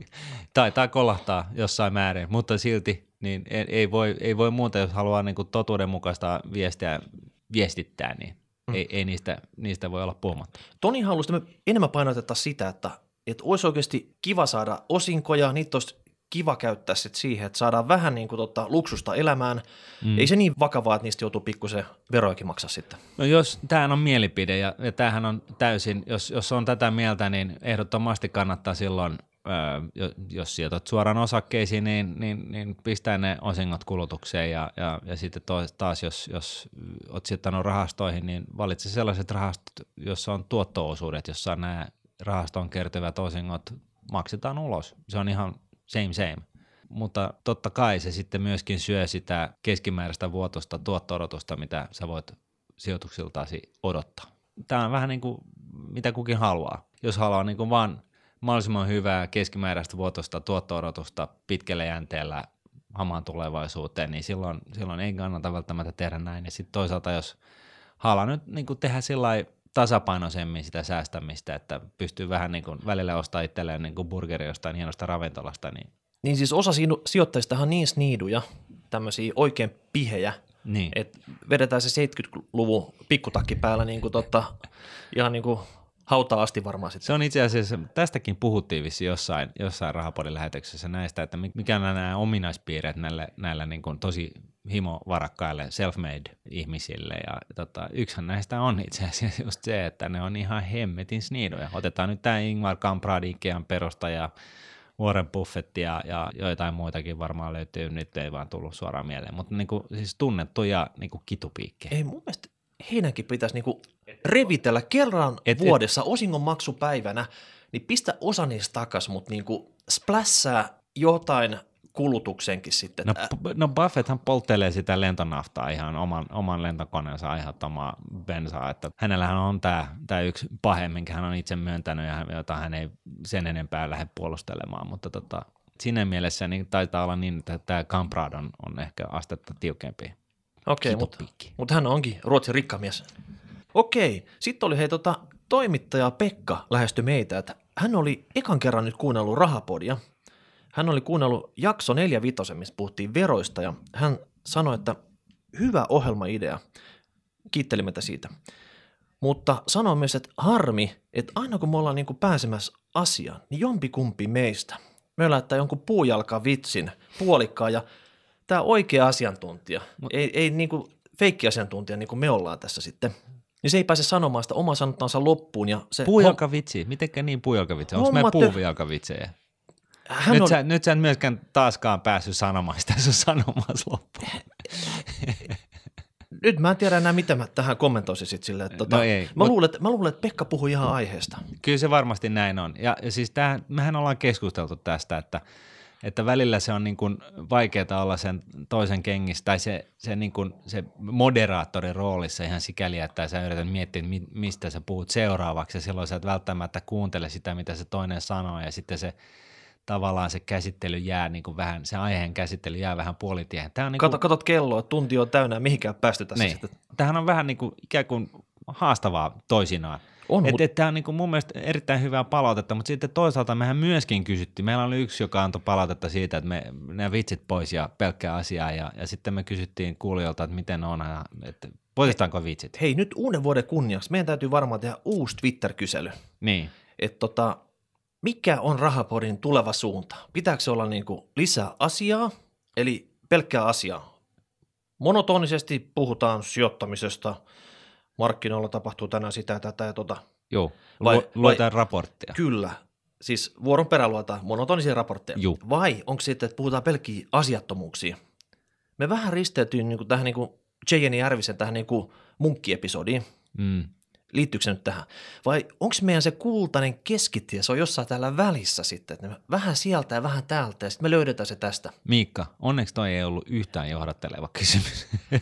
Taitaa kolahtaa jossain määrin, mutta silti niin ei voi, ei voi muuta, jos haluaa niin kuin totuudenmukaista viestiä viestittää, niin mm. ei, ei niistä, niistä voi olla puhumatta. Toni halusi, että me enemmän painotetaan sitä, että, että olisi oikeasti kiva saada osinkoja, niitä olisi kiva käyttää sit siihen, että saadaan vähän niin kuin tota luksusta elämään. Mm. Ei se niin vakavaa, että niistä joutuu pikkusen verojakin maksaa sitten. No jos tämähän on mielipide ja, ja tämähän on täysin, jos, jos on tätä mieltä, niin ehdottomasti kannattaa silloin, Öö, jos sijoitat suoraan osakkeisiin, niin, niin, niin pistää ne osingot kulutukseen ja, ja, ja sitten taas, jos, jos olet sijoittanut rahastoihin, niin valitse sellaiset rahastot, joissa on tuotto-osuudet, jossa nämä rahastoon kertyvät osingot maksetaan ulos. Se on ihan same same. Mutta totta kai se sitten myöskin syö sitä keskimääräistä vuotosta tuotto-odotusta, mitä sä voit sijoituksiltaasi odottaa. Tämä on vähän niin kuin mitä kukin haluaa. Jos haluaa niin kuin vaan mahdollisimman hyvää keskimääräistä vuotosta tuotto-odotusta pitkällä jänteellä hamaan tulevaisuuteen, niin silloin, silloin ei kannata välttämättä tehdä näin. Ja sitten toisaalta, jos haluaa nyt niin kuin tehdä sillai tasapainoisemmin sitä säästämistä, että pystyy vähän niin kuin välillä ostaa itselleen niin kuin burgeri jostain hienosta ravintolasta. Niin, niin siis osa sijoittajistahan on niin sniiduja, tämmöisiä oikein pihejä, niin. Että vedetään se seitsemänkymmentäluvun pikkutakki päällä niin kuin totta, ihan niin kuin hautaa asti varmaan sitten. Se on itse asiassa, tästäkin puhuttiin vissi jossain, jossain Rahapodin lähetyksessä näistä, että mikä on nämä ominaispiirteet näillä, näillä niin kuin tosi himovarakkaille self-made-ihmisille. Ja tota, yksihän näistä on itse asiassa just se, että ne on ihan hemmetin sniidoja. Otetaan nyt tämä Ingvar Kamprad, Ikean perustaja, Warren Buffett ja, ja joitain muitakin varmaan löytyy, nyt ei vaan tullut suoraan mieleen, mutta niin kuin, siis tunnettuja niin kuin kitupiikkejä. Ei mun mielestä, heidänkin pitäisi niinku revitellä kerran et, vuodessa et, osingonmaksupäivänä, niin pistä osa niistä takas, mutta niinku splässää jotain kulutuksenkin sitten. No, no Buffetthan polttelee sitä lentonaftaa ihan oman, oman lentokoneensa aiheuttamaa bensaa, että hänellähän on tämä, tämä yksi pahe, minkä hän on itse myöntänyt ja jota hän ei sen enempää lähde puolustelemaan, mutta tota, siinä mielessä niin taitaa olla niin, että tämä Kamprad on, on ehkä astetta tiukempi. Okei, mutta mut hän onkin Ruotsin rikkamies. Okei, sitten oli hei tota, toimittaja Pekka lähestyi meitä, että hän oli ekan kerran nyt kuunnellut Rahapodia. Hän oli kuunnellut jakso neljä vitosen, missä puhuttiin veroista ja hän sanoi, että hyvä ohjelmaidea. Kiitteli meitä siitä. Mutta sanoi myös, että harmi, että aina kun me ollaan niin kuin pääsemässä asiaan, niin jompikumpi meistä. Me laittaa jonkun puujalka vitsin puolikkaan ja tämä oikea asiantuntija, Mut, ei, ei niin kuin feikki-asiantuntija niin kuin me ollaan tässä sitten, niin se ei pääse sanomaan sitä omaa sanottansa loppuun. Ja se puujalkavitsi, mitenkä niin puujalkavitsi? Onko meidän puujalkavitsejä? Nyt, on... sä, nyt sä en myöskään taaskaan päässyt sanomaan sitä sun sanomaan loppuun. Nyt mä en tiedä enää, mitä mä tähän kommentoisin sitten silleen, että tota, no ei, mä, mut... luulen, että, mä luulen, että Pekka puhui ihan aiheesta. Kyllä se varmasti näin on. Ja, ja siis tämähän, mehän ollaan keskusteltu tästä, että, että välillä se on niin kuin vaikeaa olla sen toisen kengissä, tai se, se, niin kuin, se moderaattorin roolissa ihan sikäli, että sä yrität miettiä, mistä sä puhut seuraavaksi, ja silloin sä et välttämättä kuuntele sitä, mitä se toinen sanoo, ja sitten se tavallaan se käsittely jää niin kuin vähän, se aiheen käsittely jää vähän puolitiehen. Tää on niin kuin, Kato, katot kelloa, tunti on täynnä, mihinkään päästy tässä niin. sitten. Tämähän on vähän niin kuin ikään kuin haastavaa toisinaan. On, et, mut... et, tämä on niin kuin mun mielestä erittäin hyvää palautetta, mutta sitten toisaalta mehän myöskin kysyttiin, meillä oli yksi, joka antoi palautetta siitä, että me, ne vitsit pois ja pelkkää asiaa, ja, ja sitten me kysyttiin kuulijoilta, että miten on, että poistetaanko vitsit. Hei, nyt uuden vuoden kunniaksi meidän täytyy varmaan tehdä uusi Twitter-kysely. Niin. Että tota, mikä on Rahapodin tuleva suunta? Pitääkö se olla niin kuin lisää asiaa, eli pelkkää asiaa? Monotonisesti puhutaan sijoittamisesta, markkinoilla tapahtuu tänään sitä ja tätä ja tota. Joo, vai, luetaan vai, raporttia. Kyllä, siis vuoron perään luetaan monotonisia raportteja. Joo. Vai onko sitten, että puhutaan pelkkiä asiattomuuksia? Me vähän risteytyin niin kuin tähän niin kuin J N Järvisen tähän niin kuin munkkiepisodiin. Mm. Liittyykö se nyt tähän? Vai onko meidän se kultainen keskitie, se on jossain täällä välissä sitten, että me vähän sieltä ja vähän täältä ja sitten me löydetään se tästä. Miikka, onneksi toi ei ollut yhtään johdatteleva kysymys.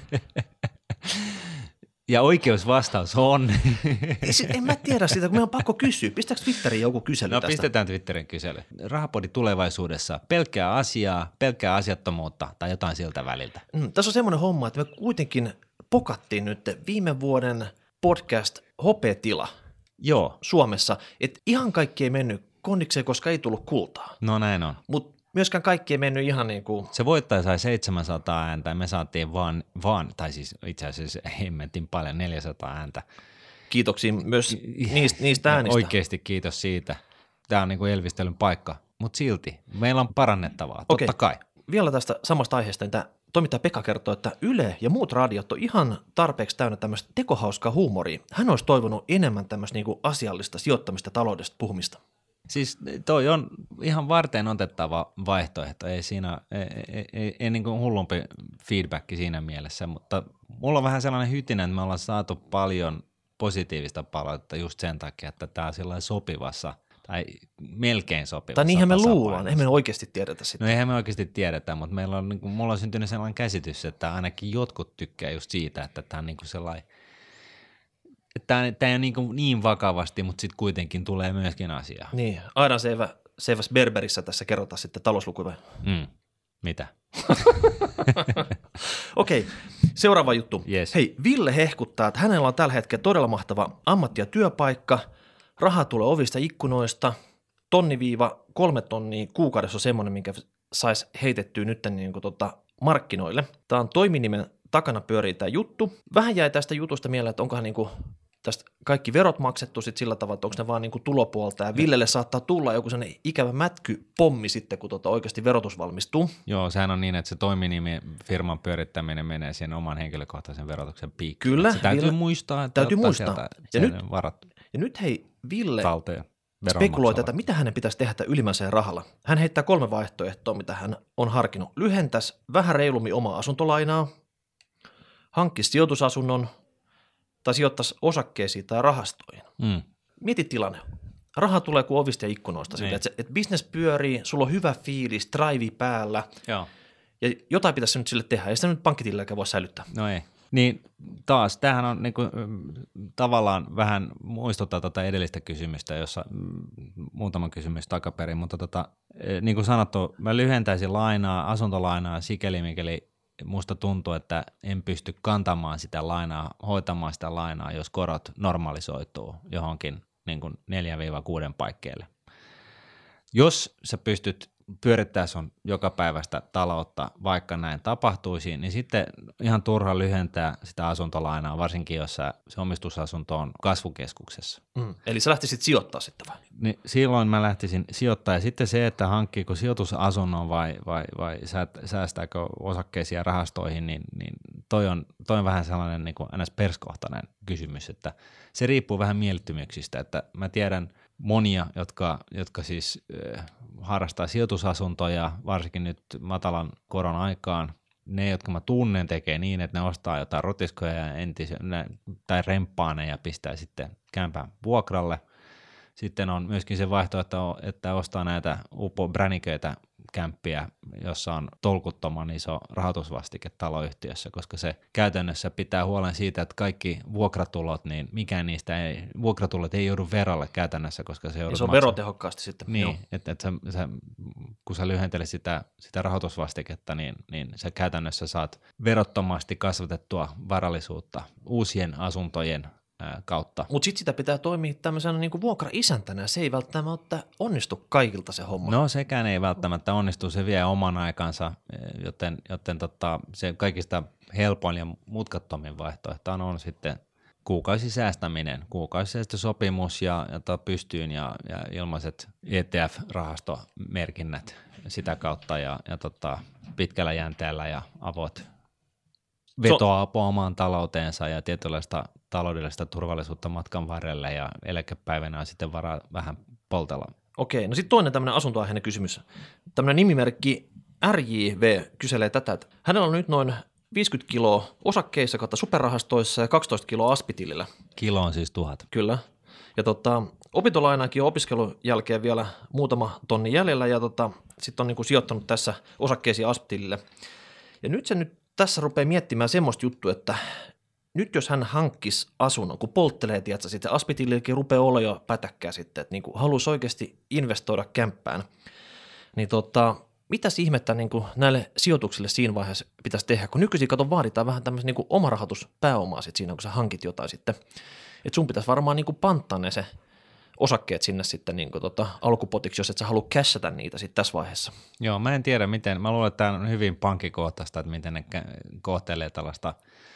Ja oikeusvastaus on. En mä tiedä sitä, kun meidän on pakko kysyä. Pistääkö Twitteriin joku kysely no, tästä? No pistetään Twitterin kysely. Rahapodi tulevaisuudessa, pelkkää asiaa, pelkkää asiattomuutta tai jotain siltä väliltä. Mm, tässä on semmoinen homma, että me kuitenkin pokattiin nyt viime vuoden podcast Hopetila Joo. Suomessa. Että ihan kaikki ei mennyt kondikseen, koska ei tullut kultaa. No näin on. Mutta myöskään kaikki ei mennyt ihan niin kuin... Se voittaja sai seitsemänsataa ääntä ja me saatiin vaan, vaan tai siis itse asiassa hemmetin paljon, neljäsataa ääntä. Kiitoksia myös niistä, niistä äänistä. Oikeasti kiitos siitä. Tämä on niin kuin elvistelyn paikka, mutta silti meillä on parannettavaa, totta Okei. kai. Vielä tästä samasta aiheesta, niin tämä toimittaja Pekka kertoo, että Yle ja muut radiot on ihan tarpeeksi täynnä tämmöistä tekohauskaa huumoria. Hän olisi toivonut enemmän tämmöistä niin kuin asiallista sijoittamista, taloudesta puhumista. Siis toi on ihan varten otettava vaihtoehto, ei siinä, ei, ei, ei, ei niin kuin hullumpi feedback siinä mielessä, mutta mulla on vähän sellainen hytinä, että me ollaan saatu paljon positiivista palautetta just sen takia, että tämä on sellainen sopivassa tai melkein sopivassa. Tai niinhän me luullaan, eihän me oikeasti tiedetä sitä. No eihän me oikeasti tiedetä, mutta meillä on, niin kuin, mulla on syntynyt sellainen käsitys, että ainakin jotkut tykkää just siitä, että tämä on niin kuin sellainen, Tämä ei ole niin, niin vakavasti, mutta sitten kuitenkin tulee myöskin asiaa. Niin, Aidan Seivä, Seiväs Berberissä tässä kerrotaan sitten talouslukuja. Mm. Mitä? Okei, okay, seuraava juttu. Yes. Hei, Ville hehkuttaa, että hänellä on tällä hetkellä todella mahtava ammatti- ja työpaikka, raha tulee ovista ikkunoista, tonni-viiva kolme tonnia kuukaudessa on semmoinen, minkä saisi heitettyä nyt niin kuin tota markkinoille. Tämä on toiminimen takana pyörii tämä juttu. Vähän jäi tästä jutusta mieleen, että onkohan niin kuin tästä kaikki verot maksettu sit sillä tavalla, että onko ne vaan niin kuin tulopuolta, ja Villelle saattaa tulla joku sellainen ikävä mätkypommi sitten, kun tota oikeasti verotus valmistuu. Joo, sehän on niin, että se toiminimi firman pyörittäminen menee siihen oman henkilökohtaisen verotuksen piikkiin. Kyllä. Se täytyy Ville, muistaa, että täytyy muistaa. Ja nyt, varat ja nyt hei, Ville talteen, spekuloi tätä, mitä hänen pitäisi tehdä ylimääräisellä rahalla. Hän heittää kolme vaihtoehtoa, mitä hän on harkinnut. Lyhentäisi vähän reilummin omaa asuntolainaa, hankkisi sijoitusasunnon tai sijoittaisi osakkeisiin tai rahastoihin. Mm. Mieti tilanne. Raha tulee kuin ovista ja ikkunoista. Niin. Että et business pyörii, sulla on hyvä fiilis, drive päällä. Joo. Ja jotain pitäisi nyt sille tehdä. Ei sitä nyt pankkitililläkään voi säilyttää. No ei. Niin taas, tämähän on niin kuin, tavallaan vähän muistuttaa tuota edellistä kysymystä, jossa mm, muutama kysymys takaperin, mutta tota, niin kuin sanottu, mä lyhentäisin lainaa, asuntolainaa sikäli, mikäli musta tuntuu, että en pysty kantamaan sitä lainaa, hoitamaan sitä lainaa, jos korot normalisoituu johonkin niin kuin neljä kuusi paikkeille. Jos sä pystyt pyörittää sun jokapäiväistä taloutta, vaikka näin tapahtuisi, niin sitten ihan turha lyhentää sitä asuntolainaa, varsinkin jos se omistusasunto on kasvukeskuksessa. Mm. Eli sä lähtisit sijoittaa sitten vai? Niin silloin mä lähtisin sijoittaa, ja sitten se, että hankkiiko sijoitusasunnon vai, vai, vai säästääkö osakkeisiin ja rahastoihin, niin, niin toi, on, toi on vähän sellainen niin kuin ns. Perskohtainen kysymys, että se riippuu vähän mieltymyksistä, että mä tiedän monia, jotka, jotka siis äh, harrastaa sijoitusasuntoja, varsinkin nyt matalan koron aikaan. Ne, jotka mä tunnen, tekee niin, että ne ostaa jotain rotiskoja ja entisiä, tai remppaa ne ja pistää sitten kämpän vuokralle. Sitten on myöskin se vaihtoehto, että ostaa näitä upo-bräniköitä kämppiä, jossa on tolkuttoman iso rahoitusvastike taloyhtiössä, koska se käytännössä pitää huolen siitä, että kaikki vuokratulot, niin mikään niistä ei, vuokratulot ei joudu verolle käytännössä, koska se joudut se on maksaa. verotehokkaasti sitten. Niin, että et sä, sä, kun sä lyhentelet sitä, sitä rahoitusvastiketta, niin, niin sä käytännössä saat verottomasti kasvatettua varallisuutta uusien asuntojen kautta. Mutta sitten sitä pitää toimia tämmöisenä niinku vuokra-isäntänä, ja se ei välttämättä onnistu kaikilta se homma. No sekään ei välttämättä onnistu, se vie oman aikansa, joten, joten tota, se kaikista helpoin ja mutkattomin vaihtoehto on sitten kuukausisäästäminen, kuukausisäästösopimus ja, ja pystyyn ja, ja ilmaiset E T F-rahastomerkinnät sitä kautta ja, ja tota, pitkällä jänteellä ja avot vetoa so, omaan talouteensa ja tietynlaista taloudellista turvallisuutta matkan varrelle ja eläkepäivänä on sitten varaa vähän poltella. Okei, no sitten toinen tämmöinen asuntoaiheinen kysymys. Tämmöinen nimimerkki R J V kyselee tätä, että hänellä on nyt noin viisikymmentä kiloa osakkeissa kautta superrahastoissa ja kaksitoista kiloa aspitilillä. Kilo on siis tuhat. Kyllä. Ja tota, opintolainaankin on opiskelun jälkeen vielä muutama tonni jäljellä ja tota, sitten on niinku sijoittanut tässä osakkeisiin aspitilille. Ja nyt se nyt tässä rupeaa miettimään semmoista juttua, että nyt jos hän hankkisi asunnon, kun polttelee, tiedätkö, sitten aspitillekin rupeaa olla jo pätäkkää sitten, että niin kuin haluaisi oikeasti investoida kämppään, niin tota, mitäs ihmettä niin kuin näille sijoituksille siinä vaiheessa pitäisi tehdä, kun nykyisin kato vaaditaan vähän tämmöistä niin kuin omarahoituspääomaa sitten siinä, kun sä hankit jotain sitten, että sun pitäisi varmaan niin kuin panttaa ne se osakkeet sinne sitten niin kuin tota, alkupotiksi, jos et sä halua cashata niitä sitten tässä vaiheessa. Joo, mä en tiedä miten, mä luulen, että tämä on hyvin pankkikohtaista, että miten ne kohtelee tällaista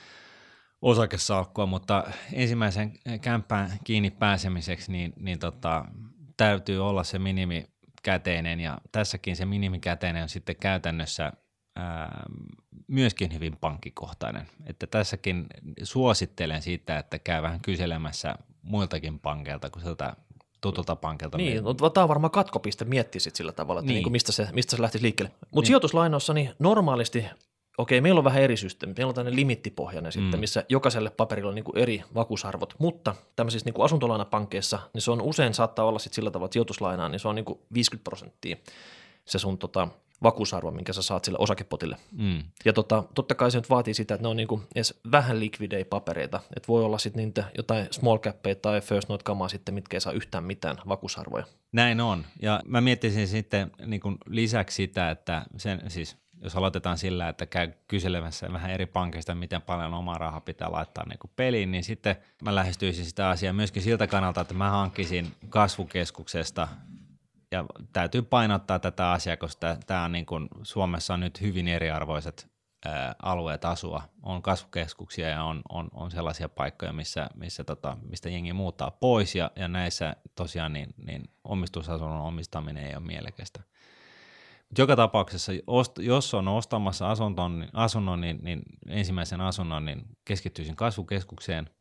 osakesalkkua, mutta ensimmäisen kämppään kiinni pääsemiseksi niin, niin tota, täytyy olla se minimikäteinen ja tässäkin se minimikäteinen on sitten käytännössä ää, myöskin hyvin pankkikohtainen, että tässäkin suosittelen siitä, että käy vähän kyselemässä muiltakin pankeilta kuin sieltä tutulta pankilta. Niin, no, tämä on varmaan katkopiste miettiä sit sillä tavalla, että niin. Niin kuin mistä, se, mistä se lähtisi liikkeelle. Mutta niin. Sijoituslainoissa niin normaalisti, okei, meillä on vähän eri systeemi, meillä on tämmöinen limittipohjainen mm. sitten, missä jokaiselle paperilla on niin kuin eri vakuusarvot, mutta tämmöisissä niin kuin asuntolainapankkeissa, niin se on usein saattaa olla sit sillä tavalla, että sijoituslainaa, niin se on niin kuin viisikymmentä prosenttia se sun tota, vakuusarvo, minkä sä saat sille osakepotille. Mm. Ja tota, totta kai se nyt vaatii sitä, että ne on niinku edes vähän likvidejä papereita, että voi olla sitten niitä jotain small cappeja tai first note kamaa sitten, mitkä ei saa yhtään mitään vakuusarvoja. Näin on, ja mä miettisin sitten niin kuin lisäksi sitä, että sen siis jos aloitetaan sillä, että käy kyselemässä vähän eri pankeista, miten paljon omaa rahaa pitää laittaa niin kuin peliin, niin sitten mä lähestyisin sitä asiaa myöskin siltä kannalta, että mä hankkisin kasvukeskuksesta. Ja täytyy painottaa tätä asiaa, koska tämä on niin kuin, Suomessa on nyt hyvin eriarvoiset ää, alueet asua. On kasvukeskuksia ja on, on, on sellaisia paikkoja, missä, missä tota, mistä jengi muuttaa pois ja, ja näissä tosiaan niin, niin omistusasunnon omistaminen ei ole mielekästä. Mut joka tapauksessa, jos on ostamassa asunton, asunnon, niin, niin ensimmäisen asunnon, niin keskittyisin kasvukeskukseen.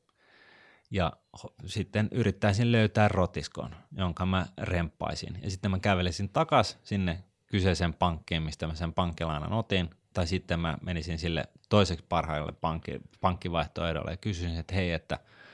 Ja sitten yrittäisin löytää rotiskon, jonka mä remppaisin. Ja sitten mä kävelisin takaisin sinne kyseisen pankkiin, mistä mä sen pankkilainan otin. Tai sitten mä menisin sille toiseksi parhaille pankki, pankkivaihtoehdolle ja kysyisin, että hei, että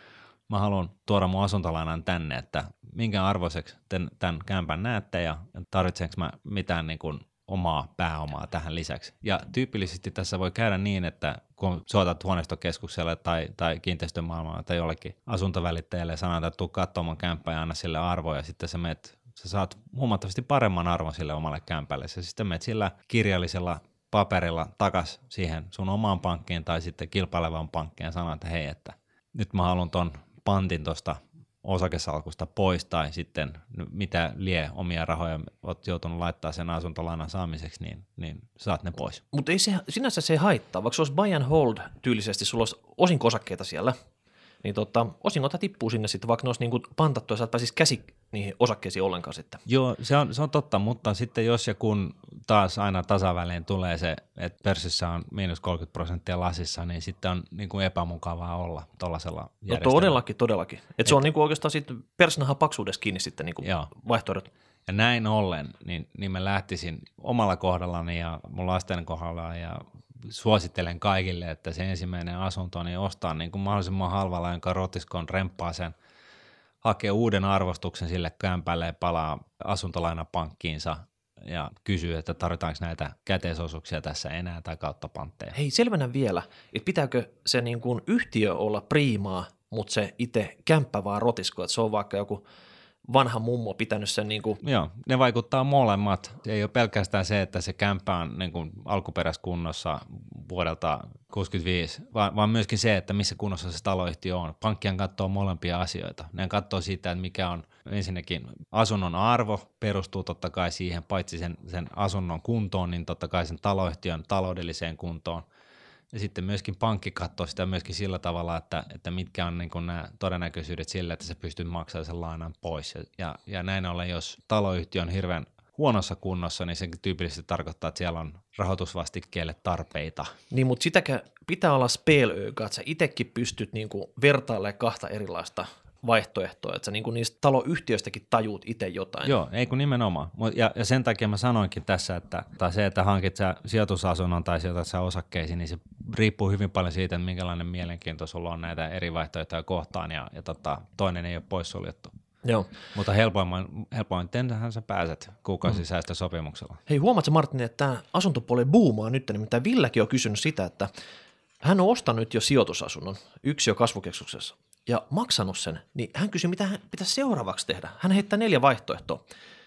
mä haluan tuoda mun asuntolainan tänne, että minkä arvoiseksi tämän kämpän näette ja tarvitsenko mä mitään niin kuin omaa pääomaa tähän lisäksi. Ja tyypillisesti tässä voi käydä niin, että kun soitat huoneistokeskukselle tai, tai kiinteistömaailmalle tai jollekin asuntovälittäjälle ja sanot, että tuu katsomaan kämppää ja anna sille arvoa ja sitten sä, meet, sä saat huomattavasti paremman arvon sille omalle kämpälle. Ja sitten menet sillä kirjallisella paperilla takas siihen sun omaan pankkiin tai sitten kilpailevaan pankkiin ja sanot, että hei, että nyt mä haluan ton pantin tuosta osakesalkusta pois tai sitten mitä lie omia rahoja oot joutunut laittaa sen asuntolainan saamiseksi, niin, niin saat ne pois. Mutta ei se, sinänsä se ei haittaa, vaikka se olisi buy and hold tyylisesti, sulla olisi osinko-osakkeita siellä, niin tota, osingot tippuu sinne sitten, vaikka ne olisi niinku pantattu ja sä et pääsisi käsi niihin osakkeisiin ollenkaan sitten. Joo, se on, se on totta, mutta sitten jos ja kun taas aina tasaväliin tulee se, että pörssissä on miinus kolmekymmentä prosenttia lasissa, niin sitten on niin kuin epämukavaa olla tuollaisella järjestelmällä. No todellakin, todellakin. Et Et se on niin kuin oikeastaan sitten persnahan paksuudessa kiinni sitten niin kuin vaihtoehdot. Ja näin ollen, niin, niin mä lähtisin omalla kohdallani ja mun lasten kohdalla ja suosittelen kaikille, että se ensimmäinen asunto niin ostaa niin kuin mahdollisimman halvalla, jonka rotiskon remppaa sen, hakee uuden arvostuksen sille kämpälle ja palaa asuntolainapankkiinsa ja kysyy, että tarvitaanko näitä käteisosuuksia tässä enää tai kautta pantteja. Hei, selvennä vielä, että pitääkö se niin kuin yhtiö olla priimaa, mutta se itse kämppä vaan rotisko, että se on vaikka joku vanha mummo pitänyt sen niin kuin... Joo, ne vaikuttaa molemmat. Ei ole pelkästään se, että se kämppä on niin kuin alkuperäiskunnossa vuodelta kuusikymmentäviisi, vaan, vaan myöskin se, että missä kunnossa se taloyhtiö on. Pankkihan katsoo molempia asioita. Ne katsoo siitä, että mikä on ensinnäkin asunnon arvo, perustuu totta kai siihen, paitsi sen, sen asunnon kuntoon, niin totta kai sen taloyhtiön taloudelliseen kuntoon. Ja sitten myöskin pankki katsoo sitä myöskin sillä tavalla, että, että mitkä on niin kuin nämä todennäköisyydet sille, että se pystyy maksamaan sen lainan pois. Ja, ja, ja näin ollen, jos taloyhtiö on hirveän huonossa kunnossa, niin se tyypillisesti tarkoittaa, että siellä on rahoitusvastikkeelle tarpeita. Niin, mutta sitäkään pitää olla spelöökä, että sä itsekin pystyt niin kuin vertailemaan kahta erilaista vaihtoehtoa, että sä niin kuin niistä taloyhtiöistäkin tajuut itse jotain. Joo, ei kun nimenomaan. Ja, ja sen takia mä sanoinkin tässä, että tai se, että hankit sä sijoitusasunnon tai sijoitat sä osakkeisiin, niin se riippuu hyvin paljon siitä, että minkälainen mielenkiinto sulla on näitä eri vaihtoehtoja kohtaan, ja, ja tota, toinen ei ole poissuljettu. Joo. Mutta helpoimman, helpoin tentähän sä pääset kuukausisäästösopimuksella. Hei, huomaatko Martin, että tämä asuntopuoli buumaa nyt, nimittäin Villäkin on kysynyt sitä, että hän on ostanut jo sijoitusasunnon yksiö kasvukeskuksessa ja maksanut sen, niin hän kysyi, mitä hän pitäisi seuraavaksi tehdä. Hän heittää neljä vaihtoehtoa.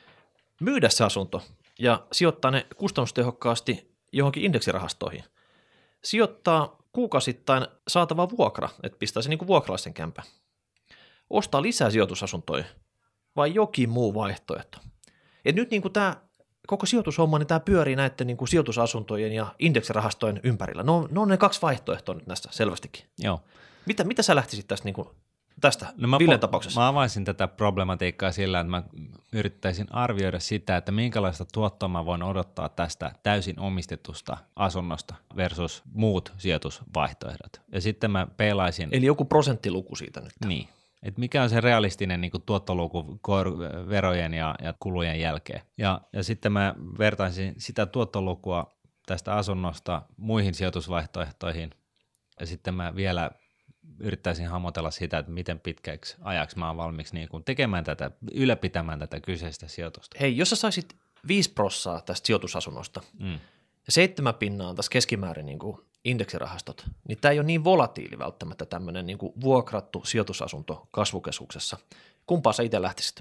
Myydä se asunto ja sijoittaa ne kustannustehokkaasti johonkin indeksirahastoihin. Sijoittaa kuukausittain saatava vuokra, että pistää se niin kuin vuokralaisen kämpä. Ostaa lisää sijoitusasuntoja vai jokin muu vaihtoehto. Et nyt niin kuin tämä koko sijoitushomma, niin tämä pyörii näiden niin kuin sijoitusasuntojen ja indeksirahastojen ympärillä. No, ne on ne kaksi vaihtoehtoa nyt näistä selvästikin. Joo. Mitä, mitä sä lähtisit tästä, niin kuin, tästä no Villen tapauksessa? Mä avaisin tätä problematiikkaa sillä, että mä yrittäisin arvioida sitä, että minkälaista tuottoa mä voin odottaa tästä täysin omistetusta asunnosta versus muut sijoitusvaihtoehdot. Ja sitten mä peilaisin... Eli joku prosenttiluku siitä nyt. Niin. Että mikä on se realistinen niin kuin tuottoluku kor- verojen ja, ja kulujen jälkeen. Ja, ja sitten mä vertaisin sitä tuottolukua tästä asunnosta muihin sijoitusvaihtoehtoihin. Ja sitten mä vielä yrittäisin hahmotella sitä, että miten pitkäksi ajaksi mä oon valmiiksi niin kuin tekemään tätä, ylläpitämään tätä kyseistä sijoitusta. Hei, jos sä saisit viisi prossaa tästä sijoitusasunnosta mm. ja seitsemän pinnaa on tässä keskimäärin niin kuin indeksirahastot, niin tämä ei ole niin volatiili välttämättä tämmöinen niin kuin vuokrattu sijoitusasunto kasvukeskuksessa. Kumpaa sä itse lähtisit?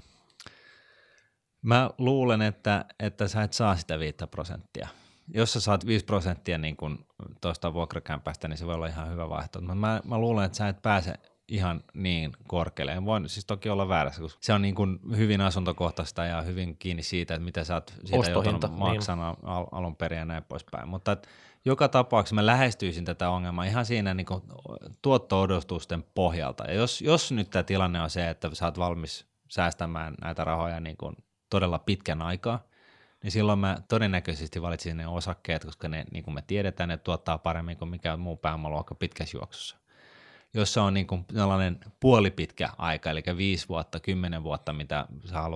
Mä luulen, että, että sä et saa sitä viittä prosenttia. Jos sä saat viisi prosenttia niin kuin tuosta vuokrakämpästä, niin se voi olla ihan hyvä vaihtoehto. Mutta mä, mä luulen, että sä et pääse ihan niin korkealle. Voin siis toki olla väärässä, koska se on niin kuin hyvin asuntokohtaista ja hyvin kiinni siitä, että mitä sä oot siitä joutunut maksamaan niin. al- alun perin ja näin poispäin. Mutta joka tapauksessa mä lähestyisin tätä ongelmaa ihan siinä niin kuin tuotto-odotusten pohjalta. Ja jos, jos nyt tämä tilanne on se, että sä oot valmis säästämään näitä rahoja niin kuin todella pitkän aikaa, niin silloin mä todennäköisesti valitsin ne osakkeet, koska ne, niin kuin me tiedetään, ne tuottaa paremmin kuin mikään muu pääomaluokka pitkässä juoksussa. Jos se on niin kuin sellainen puolipitkä aika, eli viisi vuotta, kymmenen vuotta, mitä sä haluat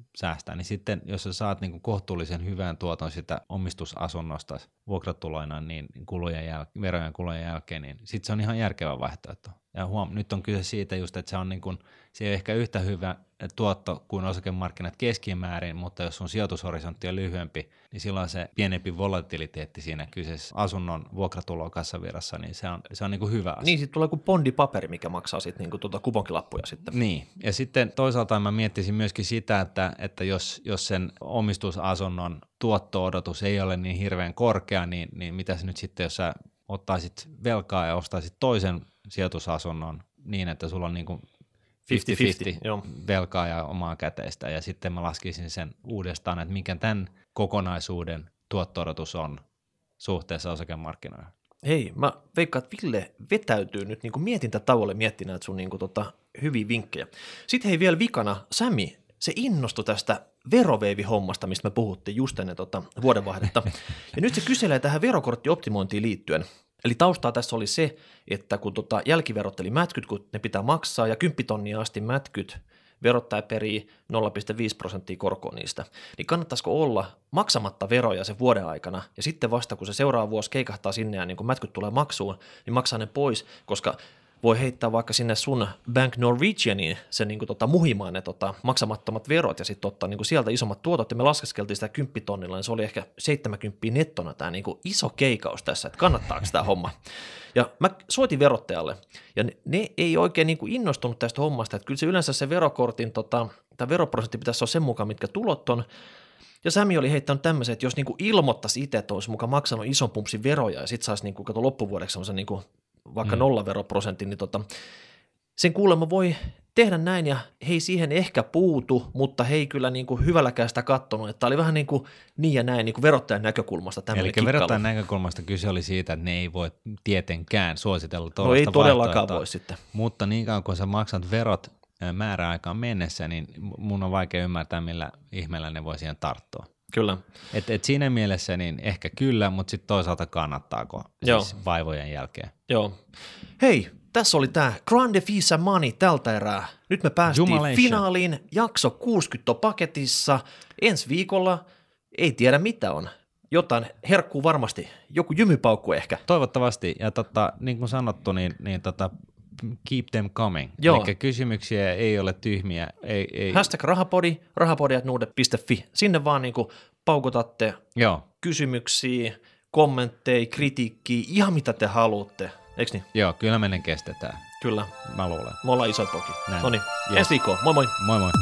säästää, niin sitten jos sä saat niin kuin kohtuullisen hyvän tuoton sitä omistusasunnosta vuokratuloina niin kulujen jäl- verojen kulujen jälkeen, niin sitten se on ihan järkevä vaihtoehto. Ja huom, nyt on kyse siitä just, että se on niin kuin, se ei ole ehkä yhtä hyvä tuotto kuin osakemarkkinat keskimäärin, mutta jos sun sijoitushorisontti on lyhyempi, niin silloin se pienempi volatiliteetti siinä kyseessä asunnon vuokratulo kassavirrassa, niin se on, se on niin kuin hyvä asia. Niin, sitten tulee kuin bondipaperi, mikä maksaa sitten niin kuin tuota kuponkilappuja sitten. Niin, ja sitten toisaalta mä miettisin myöskin sitä, että, että jos, jos sen omistusasunnon tuotto-odotus ei ole niin hirveän korkea, niin, niin mitäs nyt sitten, jos sä ottaisit velkaa ja ostaisit toisen sijoitusasunnon niin, että sulla on niin kuin viisikymmentä viisikymmentä velkaa ja omaa käteistä, ja sitten mä laskisin sen uudestaan, että mikä tämän kokonaisuuden tuotto-odotus on suhteessa osakemarkkinoihin. Hei, mä veikkaan, että Ville vetäytyy nyt niin kuin mietintätauolle miettii näitä sun niin kuin tota, hyviä vinkkejä. Sitten hei vielä vikana, Sami, se innostui tästä veroveivihommasta, mistä me puhuttiin just ennen tota vuodenvaihdetta. Ja nyt se kyselee tähän verokorttioptimointiin liittyen. Eli taustaa tässä oli se, että kun tota jälkiverotteli mätkyt, kun ne pitää maksaa, ja kymppitonnia asti mätkyt, verottaja perii nolla pilkku viisi prosenttia korkoa niistä, niin kannattaisiko olla maksamatta veroja sen vuoden aikana, ja sitten vasta kun se seuraava vuosi keikahtaa sinne ja niin kun mätkyt tulee maksuun, niin maksaa ne pois, koska voi heittää vaikka sinne sun Bank Norwegianiin sen niin kuin tota, muhimaan ne tota, maksamattomat verot ja sitten ottaa niin kuin sieltä isommat tuotot, ja me laskeskeltiin sitä kymppitonnilla, niin se oli ehkä seitsemänkymmentä nettona tämä niin kuin iso keikaus tässä, että kannattaako tämä homma. Ja mä soitin verottajalle, ja ne, ne ei oikein niin kuin innostunut tästä hommasta, että kyllä se yleensä se verokortin, tota, tämä veroprosentti pitäisi olla sen mukaan, mitkä tulot on. Ja Sami oli heittänyt tämmöisen, että jos niin kuin ilmoittaisi itse, että olisi mukaan maksanut ison pumpsin veroja, ja sitten saisi niin kuin, kato loppuvuodeksi semmoisen niin kuin vaikka mm. nollaveroprosentin, niin tota, sen kuulemma voi tehdä näin, ja hei siihen ehkä puutu, mutta hei kyllä niin kuin hyvälläkään sitä katsonut, että tämä oli vähän niin kuin niin ja näin niin kuin verottajan näkökulmasta tämmöinen kikkailu. Eli verottajan näkökulmasta kyse oli siitä, että ne ei voi tietenkään suositella tuollaista vaihtoehtoa. No ei todellakaan voi sitten. Mutta niin kauan kun sä maksat verot määräaikaan mennessä, niin mun on vaikea ymmärtää, millä ihmeellä ne voi siihen tarttua. Kyllä. Et, et siinä mielessä niin ehkä kyllä, mutta sitten toisaalta kannattaako siis vaivojen jälkeen. Joo. Hei, tässä oli tämä Grande Fisa Money tältä erää. Nyt me päästiin finaaliin, jakso kuusikymmentä paketissa. Ensi viikolla ei tiedä mitä on. Jotain herkkuu varmasti, joku jymypaukku ehkä. Toivottavasti, ja tota, niin kuin sanottu, niin, niin tota, keep them coming. Eli kysymyksiä ei ole tyhmiä. Ei, ei. Hashtag rahapodi, rahapodi at nuude piste fi. Sinne vaan niin kuin paukutatte Joo. kysymyksiä, kommentteja, kritiikkiä, ihan mitä te haluatte. Eikö niin? Joo, kyllä meidän kestetään. Kyllä. Mä luulen. Me ollaan iso poki. No niin, yes. Ensi viikkoon. Moi moi. Moi moi.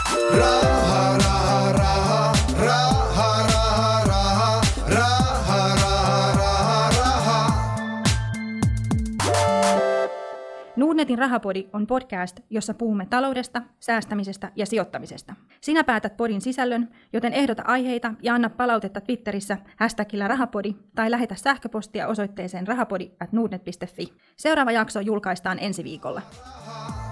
Raha, raha, raha, raha, raha, raha, raha, raha, raha, raha. Nordnetin Rahapodi on podcast, jossa puhumme taloudesta, säästämisestä ja sijoittamisesta. Sinä päätät podin sisällön, joten ehdota aiheita ja anna palautetta Twitterissä hashtagillä rahapodi tai lähetä sähköpostia osoitteeseen rahapodi at nordnet piste fi. Seuraava jakso julkaistaan ensi viikolla.